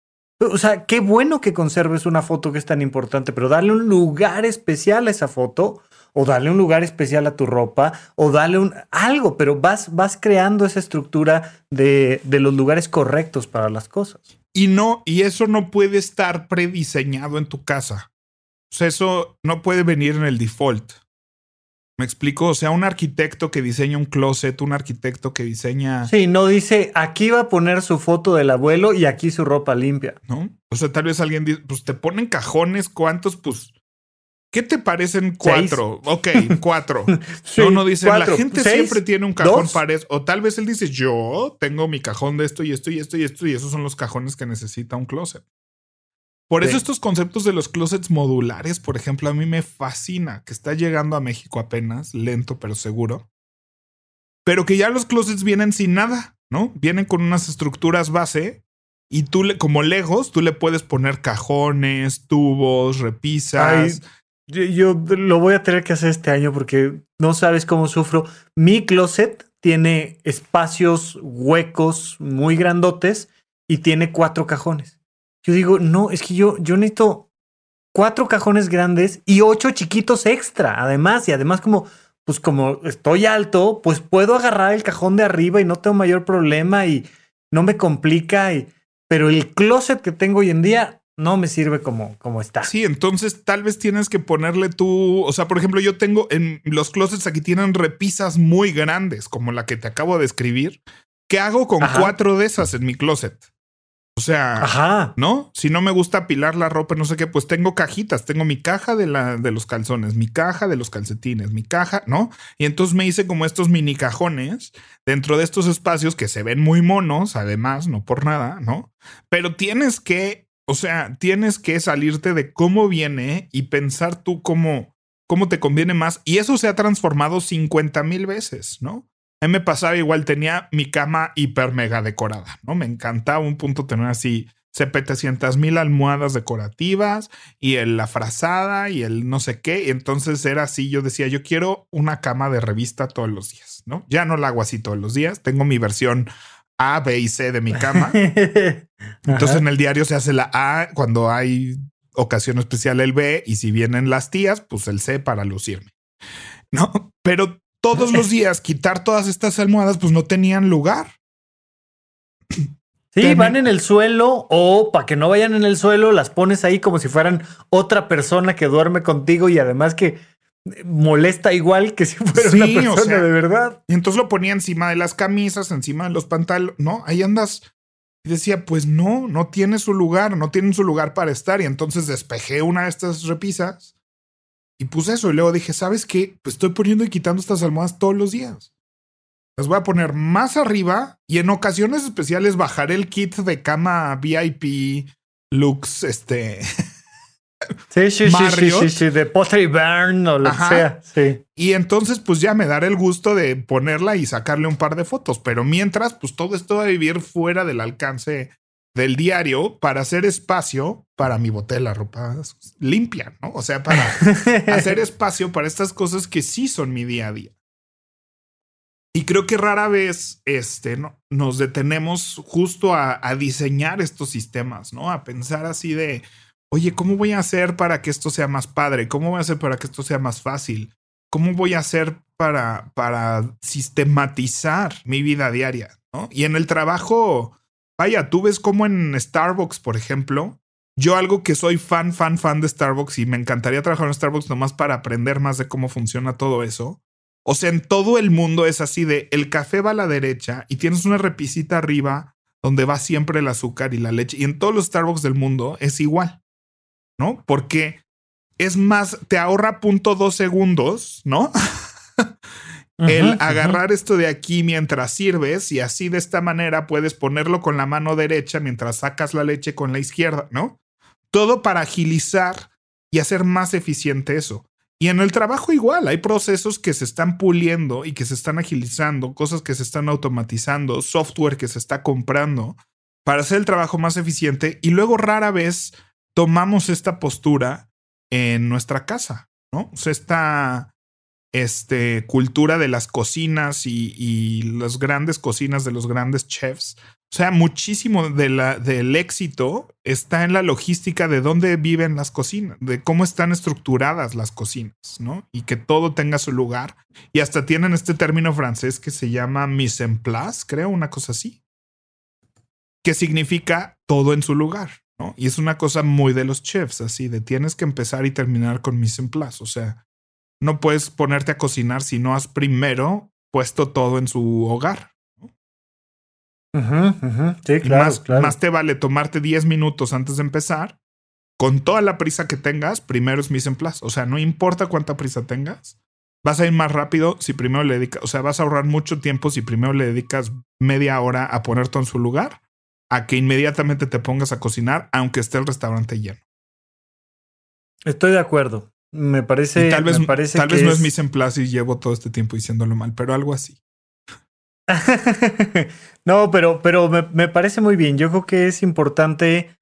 O sea, qué bueno que conserves una foto que es tan importante, pero darle un lugar especial a esa foto, o darle un lugar especial a tu ropa, o darle algo, pero vas creando esa estructura de los lugares correctos para las cosas. Y eso no puede estar prediseñado en tu casa. O sea, eso no puede venir en el default. ¿Me explico? O sea, un arquitecto que diseña un closet, un arquitecto que diseña... Sí, no dice, aquí va a poner su foto del abuelo y aquí su ropa limpia. ¿No? O sea, tal vez alguien dice, pues te ponen cajones, ¿cuántos? Pues, ¿qué te parecen 4? 6. Ok, 4. Sí, no dice, 4, la gente 6, siempre tiene un cajón 2. para eso. O tal vez él dice, yo tengo mi cajón de esto y esto y esto y esto, y esos son los cajones que necesita un closet. Por eso estos conceptos de los closets modulares, por ejemplo, a mí me fascina, que está llegando a México apenas, lento pero seguro, pero que ya los closets vienen sin nada, ¿no? Vienen con unas estructuras base y tú, como Legos, tú le puedes poner cajones, tubos, repisas. Ay, yo lo voy a tener que hacer este año porque no sabes cómo sufro. Mi closet tiene espacios huecos muy grandotes y tiene 4 cajones. Yo digo, no, es que yo necesito 4 cajones grandes y 8 chiquitos extra. Además, como estoy alto, pues puedo agarrar el cajón de arriba y no tengo mayor problema y no me complica. Pero el closet que tengo hoy en día no me sirve como está. Sí, entonces tal vez tienes que ponerle tú, o sea, por ejemplo, yo tengo en los closets aquí tienen repisas muy grandes, como la que te acabo de escribir. ¿Qué hago con 4 de esas en mi closet? O sea, ¿no? Si no me gusta apilar la ropa, no sé qué, pues tengo cajitas. Tengo mi caja de los calzones, mi caja de los calcetines, mi caja, ¿no? Y entonces me hice como estos mini cajones dentro de estos espacios que se ven muy monos, además, no por nada, ¿no? Pero tienes que salirte de cómo viene y pensar tú cómo te conviene más. Y eso se ha transformado 50,000 veces, ¿no? A mí me pasaba igual, tenía mi cama hiper mega decorada, ¿no? Me encantaba un punto tener así 700,000 almohadas decorativas y la frazada y el no sé qué. Y entonces era así, yo decía, yo quiero una cama de revista todos los días, ¿no? Ya no la hago así todos los días. Tengo mi versión A, B y C de mi cama. Entonces en el diario se hace la A cuando hay ocasión especial el B y si vienen las tías, pues el C para lucirme, ¿no? Pero todos los días quitar todas estas almohadas, pues no tenían lugar. Sí, van en el suelo o para que no vayan en el suelo, las pones ahí como si fueran otra persona que duerme contigo y además que molesta igual que si fuera una persona, o sea, de verdad. Y entonces lo ponía encima de las camisas, encima de los pantalones, ¿no? Ahí andas. Y decía, pues no tiene su lugar, no tienen su lugar para estar. Y entonces despejé una de estas repisas. Y puse eso y luego dije, ¿sabes qué? Pues estoy poniendo y quitando estas almohadas todos los días. las voy a poner más arriba y en ocasiones especiales bajaré el kit de cama VIP Lux, Sí, de Pottery Barn o lo que sea. Sí. Y entonces, pues ya me daré el gusto de ponerla y sacarle un par de fotos. Pero mientras, pues todo esto va a vivir fuera del alcance del diario para hacer espacio para mi bote de la ropa limpia, ¿no? O sea, para hacer espacio para estas cosas que sí son mi día a día. Y creo que rara vez ¿no? nos detenemos justo a diseñar estos sistemas, ¿no? A pensar así de, oye, ¿cómo voy a hacer para que esto sea más padre? ¿Cómo voy a hacer para que esto sea más fácil? ¿Cómo voy a hacer para sistematizar mi vida diaria, ¿no? Y en el trabajo, vaya, tú ves como en Starbucks, por ejemplo, yo algo que soy fan de Starbucks y me encantaría trabajar en Starbucks nomás para aprender más de cómo funciona todo eso. O sea, en todo el mundo es así de el café va a la derecha y tienes una repisita arriba donde va siempre el azúcar y la leche. Y en todos los Starbucks del mundo es igual, ¿no? Porque es más, te ahorra 0.2 segundos, ¿no? El agarrar esto de aquí mientras sirves y así de esta manera puedes ponerlo con la mano derecha mientras sacas la leche con la izquierda, ¿no? Todo para agilizar y hacer más eficiente eso. Y en el trabajo igual, hay procesos que se están puliendo y que se están agilizando, cosas que se están automatizando, software que se está comprando para hacer el trabajo más eficiente y luego rara vez tomamos esta postura en nuestra casa, ¿no? O sea, esta cultura de las cocinas y las grandes cocinas de los grandes chefs. O sea, muchísimo del éxito está en la logística de dónde viven las cocinas, de cómo están estructuradas las cocinas, ¿no? Y que todo tenga su lugar. Y hasta tienen este término francés que se llama mise en place, creo, una cosa así, que significa todo en su lugar, ¿no? Y es una cosa muy de los chefs, así de tienes que empezar y terminar con mise en place. O sea, no puedes ponerte a cocinar si no has primero puesto todo en su hogar. Sí, claro, más te vale tomarte 10 minutos antes de empezar. Con toda la prisa que tengas, primero es mise en place. O sea, no importa cuánta prisa tengas, vas a ir más rápido si primero le dedicas. O sea, vas a ahorrar mucho tiempo si primero le dedicas media hora a poner todo en su lugar, a que inmediatamente te pongas a cocinar, aunque esté el restaurante lleno. Estoy de acuerdo. Me parece. Y tal vez no es mise en place y llevo todo este tiempo diciéndolo mal, pero algo así. No, pero me parece muy bien. Yo creo que es importante.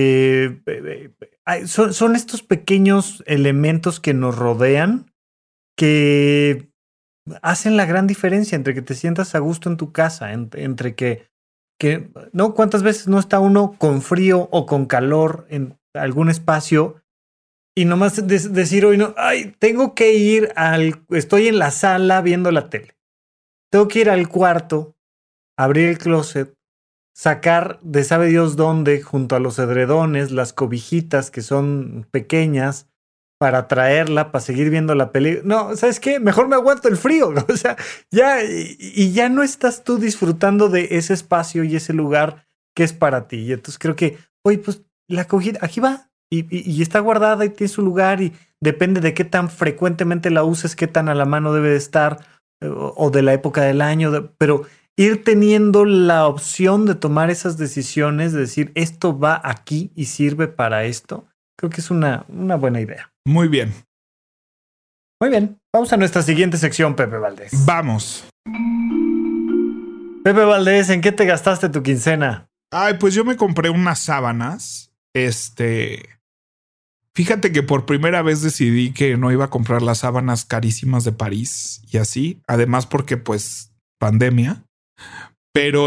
Son estos pequeños elementos que nos rodean que hacen la gran diferencia entre que te sientas a gusto en tu casa, entre que no, cuántas veces no está uno con frío o con calor en algún espacio y nomás decir hoy no, ay, tengo que ir estoy en la sala viendo la tele. Tengo que ir al cuarto, abrir el closet, sacar de sabe Dios dónde, junto a los edredones, las cobijitas que son pequeñas, para traerla, para seguir viendo la película. No, ¿sabes qué? Mejor me aguanto el frío. O sea, ya no estás tú disfrutando de ese espacio y ese lugar que es para ti. Y entonces creo que, oye, pues la cobijita, aquí va. Y está guardada y tiene su lugar y depende de qué tan frecuentemente la uses, qué tan a la mano debe de estar o de la época del año, pero ir teniendo la opción de tomar esas decisiones, de decir esto va aquí y sirve para esto, creo que es una buena idea. Muy bien. Muy bien, vamos a nuestra siguiente sección, Pepe Valdés. Vamos. Pepe Valdés, ¿en qué te gastaste tu quincena? Ay, pues yo me compré unas sábanas. Fíjate que por primera vez decidí que no iba a comprar las sábanas carísimas de París y así. Además porque pues pandemia. Pero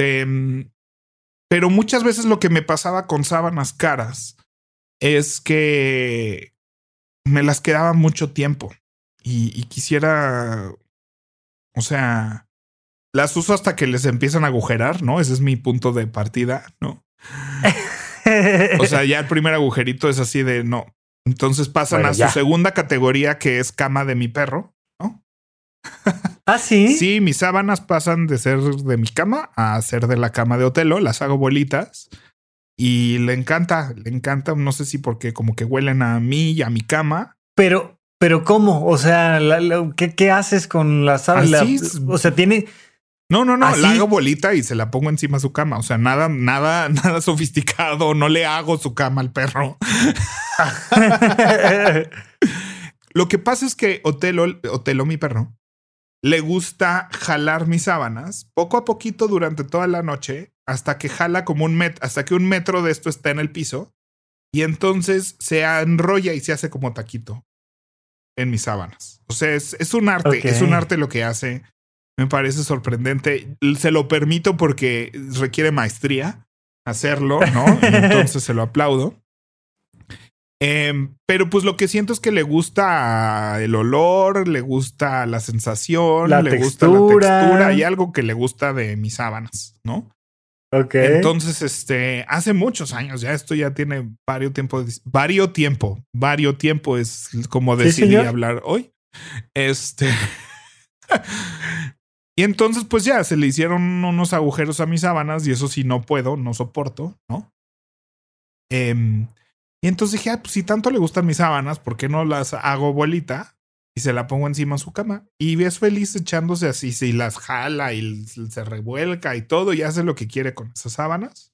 pero muchas veces lo que me pasaba con sábanas caras es que me las quedaba mucho tiempo y quisiera, o sea, las uso hasta que les empiezan a agujerar, ¿no? Ese es mi punto de partida, ¿no? O sea, ya el primer agujerito es así de no. Entonces pasan a su segunda categoría, que es cama de mi perro, ¿no? ¿Ah, sí? Sí, mis sábanas pasan de ser de mi cama a ser de la cama de Otelo. Las hago bolitas y le encanta, no sé si porque como que huelen a mí y a mi cama. Pero ¿cómo? O sea, ¿qué haces con la sábana? O sea, tiene No, ¿Así? la hago bolita y se la pongo encima de su cama. O sea, nada sofisticado. No le hago su cama al perro. Lo que pasa es que Otelo, mi perro, le gusta jalar mis sábanas poco a poquito durante toda la noche hasta que jala como hasta que 1 metro de esto está en el piso y entonces se enrolla y se hace como taquito en mis sábanas. O sea, es un arte, es un arte lo que hace. Me parece sorprendente. Se lo permito porque requiere maestría hacerlo, ¿no? Entonces se lo aplaudo. Pero pues lo que siento es que le gusta el olor, le gusta la sensación, le gusta la textura y algo que le gusta de mis sábanas, ¿no? Ok. Entonces, hace muchos años, ya esto ya tiene varios tiempo es como decidí hablar hoy. Y entonces, pues ya se le hicieron unos agujeros a mis sábanas y eso sí no puedo, no soporto, ¿no? Y entonces dije, pues si tanto le gustan mis sábanas, ¿por qué no las hago bolita? Y se la pongo encima de su cama. Y es feliz echándose así, si las jala y se revuelca y todo, y hace lo que quiere con esas sábanas.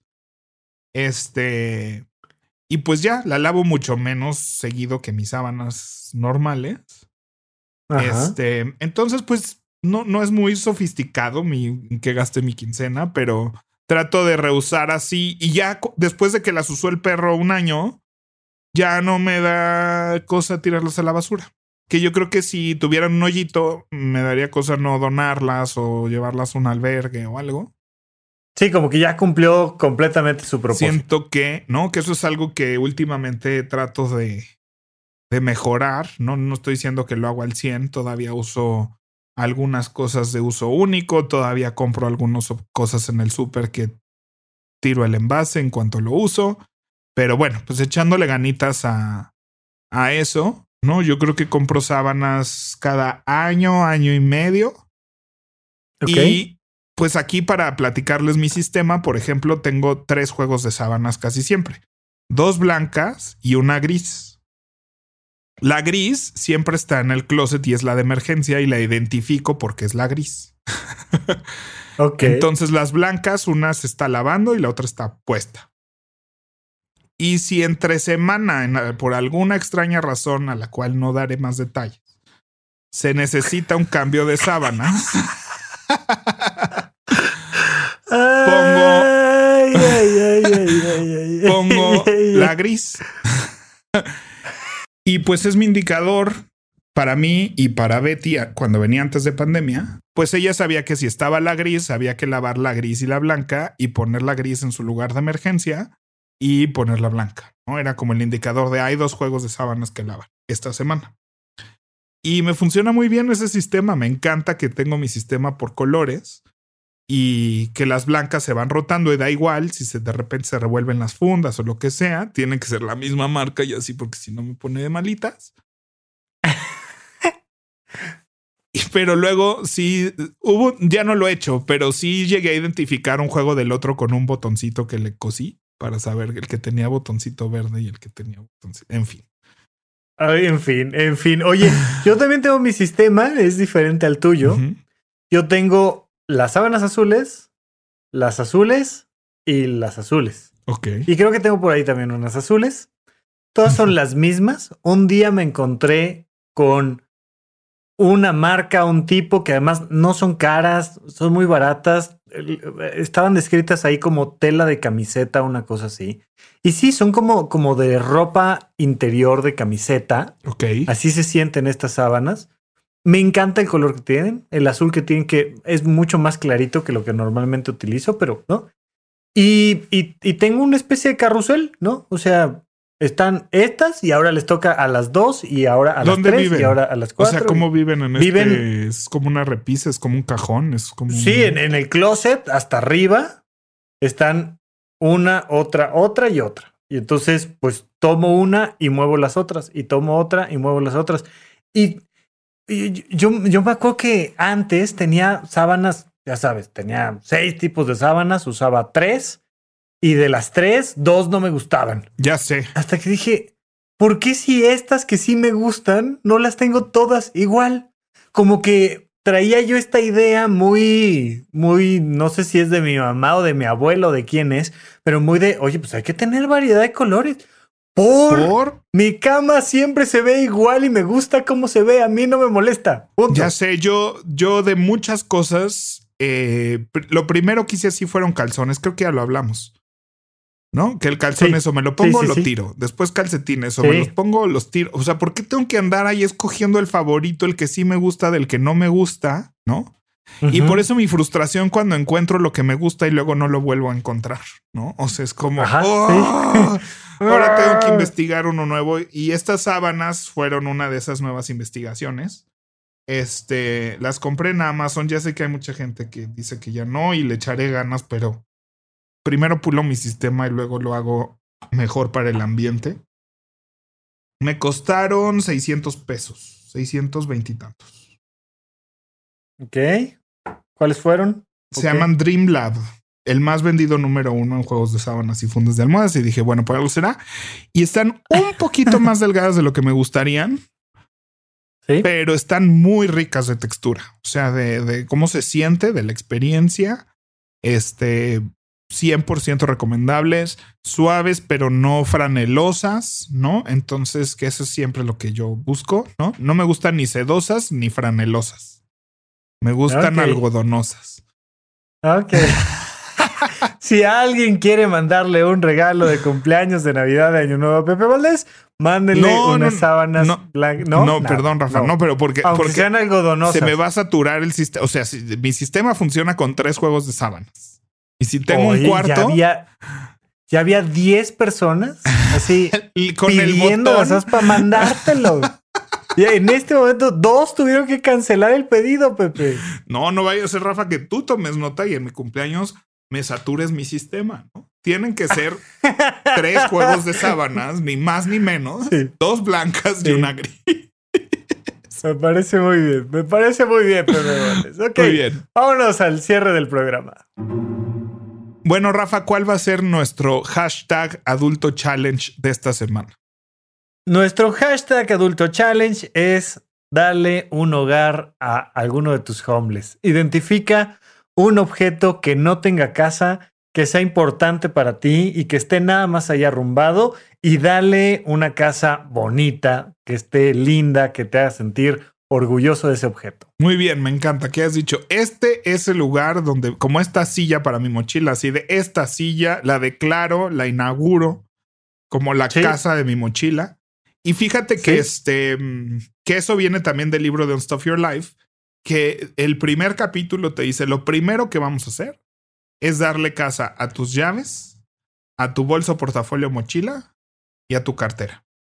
Y pues ya, la lavo mucho menos seguido que mis sábanas normales. Ajá. Entonces, pues, no es muy sofisticado que gaste mi quincena, pero trato de reusar así. Y ya después de que las usó el perro 1 año, ya no me da cosa tirarlas a la basura. Que yo creo que si tuvieran un hoyito, me daría cosa no donarlas o llevarlas a un albergue o algo. Sí, como que ya cumplió completamente su propósito. Siento que eso es algo que últimamente trato de mejorar. No estoy diciendo que lo hago al 100. Todavía uso algunas cosas de uso único. Todavía compro algunas cosas en el súper que tiro el envase en cuanto lo uso. Pero bueno, pues echándole ganitas a eso, ¿no? Yo creo que compro sábanas cada año y medio. Okay. Y pues aquí para platicarles mi sistema, por ejemplo, tengo 3 juegos de sábanas casi siempre. 2 blancas y 1 gris. La gris siempre está en el closet y es la de emergencia y la identifico porque es la gris. Okay. Entonces las blancas, una se está lavando y la otra está puesta. Y si entre semana, por alguna extraña razón a la cual no daré más detalles, se necesita un cambio de sábanas, pongo la gris. Y pues es mi indicador para mí y para Betty cuando venía antes de pandemia. Pues ella sabía que si estaba la gris, había que lavar la gris y la blanca y poner la gris en su lugar de emergencia y ponerla blanca, ¿no? Era como el indicador de hay 2 juegos de sábanas que lavar esta semana. Y me funciona muy bien ese sistema. Me encanta que tengo mi sistema por colores y que las blancas se van rotando y da igual si de repente se revuelven las fundas o lo que sea. Tienen que ser la misma marca y así porque si no me pone de malitas. Pero luego sí ya no lo he hecho, pero sí llegué a identificar un juego del otro con un botoncito que le cosí para saber el que tenía botoncito verde y el que tenía botoncito. En fin. Ay, en fin. Oye, yo también tengo mi sistema, es diferente al tuyo. Uh-huh. Yo tengo las sábanas azules, las azules y las azules. Ok. Y creo que tengo por ahí también unas azules. Todas son las mismas. Un día me encontré con una marca, un tipo que además no son caras, son muy baratas. Estaban descritas ahí como tela de camiseta, una cosa así. Y sí, son como de ropa interior de camiseta. Ok. Así se sienten estas sábanas. Me encanta el color que tienen. El azul que tienen, que es mucho más clarito que lo que normalmente utilizo, pero ¿no? Y tengo una especie de carrusel, ¿no? O sea, están estas y ahora les toca a las 2 y ahora a las 3 viven? Y ahora a las 4. O sea, ¿cómo viven en es como una repisa, es como un cajón, es como Sí, en el closet hasta arriba están una, otra y otra. Y entonces, pues tomo una y muevo las otras y tomo otra y muevo las otras. Y yo me acuerdo que antes tenía sábanas, ya sabes, tenía 6 tipos de sábanas, usaba 3. Y de las 3, 2 no me gustaban. Ya sé. Hasta que dije, ¿por qué si estas que sí me gustan no las tengo todas igual? Como que traía yo esta idea muy, no sé si es de mi mamá o de mi abuelo, de quién es, pero muy de, oye, pues hay que tener variedad de colores. ¿Por? Mi cama siempre se ve igual y me gusta cómo se ve. A mí no me molesta. Punto. Ya sé, yo de muchas cosas, lo primero que hice así fueron calzones. Creo que ya lo hablamos, ¿no? Que el calzón eso me lo pongo, lo tiro. Después calcetines o me los pongo, los tiro. O sea, ¿por qué tengo que andar ahí escogiendo el favorito, el que sí me gusta del que no me gusta, ¿no? Y por eso mi frustración cuando encuentro lo que me gusta y luego no lo vuelvo a encontrar, ¿no? O sea, es como, ahora tengo que investigar uno nuevo. Y estas sábanas fueron una de esas nuevas investigaciones. Las compré en Amazon. Ya sé que hay mucha gente que dice que ya no y le echaré ganas, pero primero pulo mi sistema y luego lo hago mejor para el ambiente. Me costaron 600 pesos, 620 y tantos. Ok. ¿Cuáles fueron? Se llaman Dream Lab, el más vendido número 1 en juegos de sábanas y fundas de almohadas. Y dije, bueno, por algo será. Y están un poquito más delgadas de lo que me gustarían. ¿Sí? Pero están muy ricas de textura. O sea, de cómo se siente, de la experiencia. 100% recomendables, suaves, pero no franelosas, ¿no? Entonces, que eso es siempre lo que yo busco, ¿no? No me gustan ni sedosas ni franelosas. Me gustan algodonosas. Ok. Si alguien quiere mandarle un regalo de cumpleaños, de Navidad, de Año Nuevo a Pepe Valdés, mándenle unas sábanas blancas. No, perdón, Rafa, no, pero porque sean algodonosas. Se me va a saturar el sistema. O sea, mi sistema funciona con 3 juegos de sábanas. Y si tengo un cuarto... Ya había 10 personas así con pidiendo el botón para mandártelo. Y en este momento 2 tuvieron que cancelar el pedido, Pepe. No vaya a ser, Rafa, que tú tomes nota y en mi cumpleaños me satures mi sistema, ¿no? Tienen que ser 3 juegos de sábanas, ni más ni menos, 2 blancas y una gris. Me parece muy bien, Pepe. Ok, muy bien. Vámonos al cierre del programa. Bueno, Rafa, ¿cuál va a ser nuestro hashtag Adulto Challenge de esta semana? Nuestro hashtag Adulto Challenge es darle un hogar a alguno de tus homeless. Identifica un objeto que no tenga casa, que sea importante para ti y que esté nada más allá arrumbado, y dale una casa bonita, que esté linda, que te haga sentir orgulloso de ese objeto. Muy bien, me encanta que has dicho. Este es el lugar donde, como esta silla para mi mochila, así de esta silla, la declaro, la inauguro como la casa de mi mochila. Y fíjate que que eso viene también del libro de Unstuff Your Life, que el primer capítulo te dice, lo primero que vamos a hacer es darle casa a tus llaves, a tu bolso, portafolio, mochila y a tu cartera.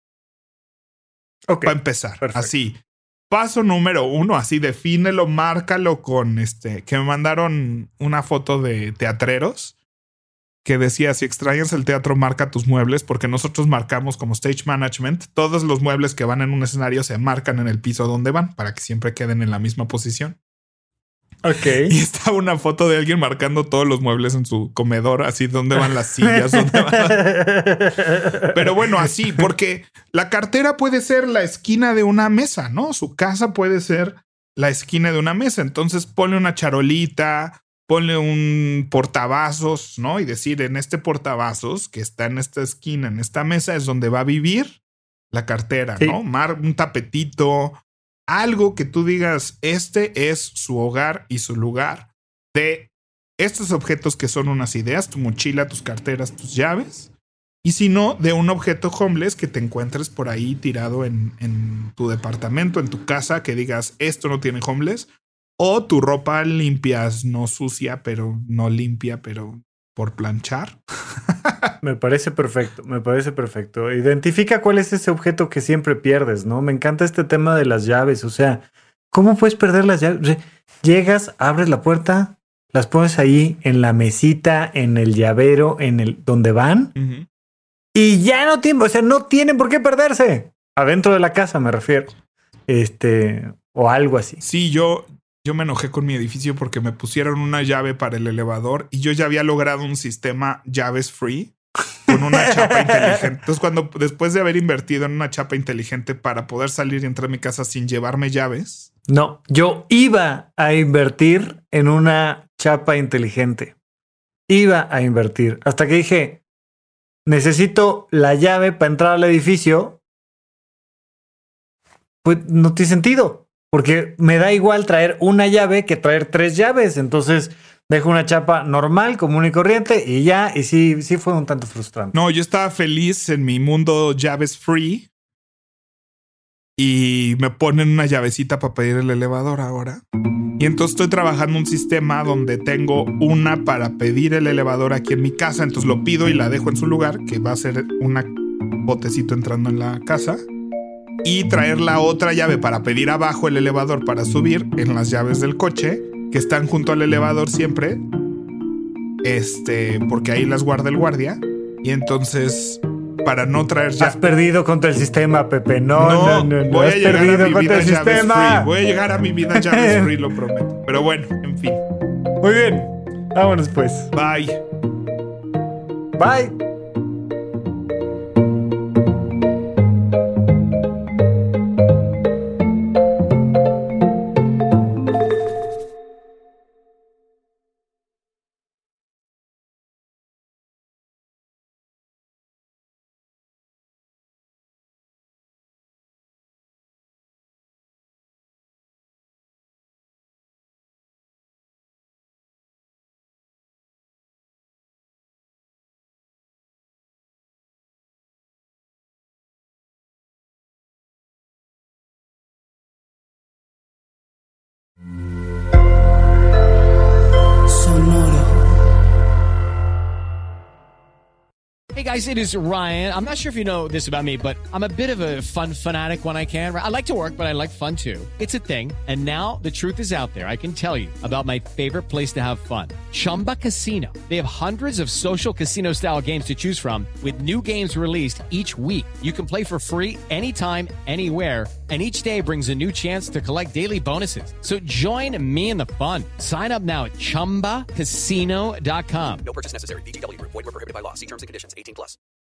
Para empezar, perfecto. Así. Paso número 1, así defínelo, márcalo con que me mandaron una foto de teatreros que decía, si extrañas el teatro, marca tus muebles, porque nosotros marcamos como stage management. Todos los muebles que van en un escenario se marcan en el piso donde van para que siempre queden en la misma posición. Ok. Y estaba una foto de alguien marcando todos los muebles en su comedor, así dónde van las sillas, dónde van. Pero bueno, así, porque la cartera puede ser la esquina de una mesa, ¿no? Su casa puede ser la esquina de una mesa. Entonces ponle una charolita, ponle un portavasos, ¿no? Y decir, en este portavasos que está en esta esquina, en esta mesa, es donde va a vivir la cartera, ¿no? Un tapetito, algo que tú digas, este es su hogar y su lugar de estos objetos que son unas ideas, tu mochila, tus carteras, tus llaves. Y si no, de un objeto homeless que te encuentres por ahí tirado en tu departamento, en tu casa, que digas, esto no tiene homeless. O tu ropa limpias, no sucia, pero no limpia, pero por planchar. Me parece perfecto. Identifica cuál es ese objeto que siempre pierdes, ¿no? Me encanta este tema de las llaves. O sea, ¿cómo puedes perder las llaves? O sea, llegas, abres la puerta, las pones ahí en la mesita, en el llavero, en el donde van. Uh-huh. Y ya no tienen, o sea, no tienen por qué perderse. Adentro de la casa, me refiero. O algo así. Sí, yo me enojé con mi edificio porque me pusieron una llave para el elevador y yo ya había logrado un sistema llaves free. con una chapa inteligente. Entonces, después de haber invertido en una chapa inteligente para poder salir y entrar a mi casa sin llevarme llaves. No, yo iba a invertir en una chapa inteligente. Iba a invertir. Hasta que dije, necesito la llave para entrar al edificio. Pues no tiene sentido. Porque me da igual traer una llave que traer 3 llaves. Entonces dejo una chapa normal, común y corriente y ya. Y sí fue un tanto frustrante. No, yo estaba feliz en mi mundo llaves free. Y me ponen una llavecita para pedir el elevador ahora. Y entonces estoy trabajando un sistema donde tengo una para pedir el elevador aquí en mi casa. Entonces lo pido y la dejo en su lugar, que va a ser un botecito entrando en la casa. Y traer la otra llave para pedir abajo el elevador para subir en las llaves del coche, que están junto al elevador siempre. Porque ahí las guarda el guardia. Y entonces, para no traer llaves. Has perdido contra el sistema, Pepe. No. Voy a llegar a mi vida llaves sistema. free. Voy a llegar a mi vida llaves free, lo prometo. Pero bueno, en fin. Muy bien. Vámonos pues. Bye. Bye. Hey guys, it is Ryan. I'm not sure if you know this about me, but I'm a bit of a fun fanatic when I can. I like to work, but I like fun too. It's a thing. And now the truth is out there. I can tell you about my favorite place to have fun. Chumba Casino. They have hundreds of social casino style games to choose from with new games released each week. You can play for free anytime, anywhere. And each day brings a new chance to collect daily bonuses. So join me in the fun. Sign up now at ChumbaCasino.com. No purchase necessary. VGW Group. Void where prohibited by law. See terms and conditions. 18+.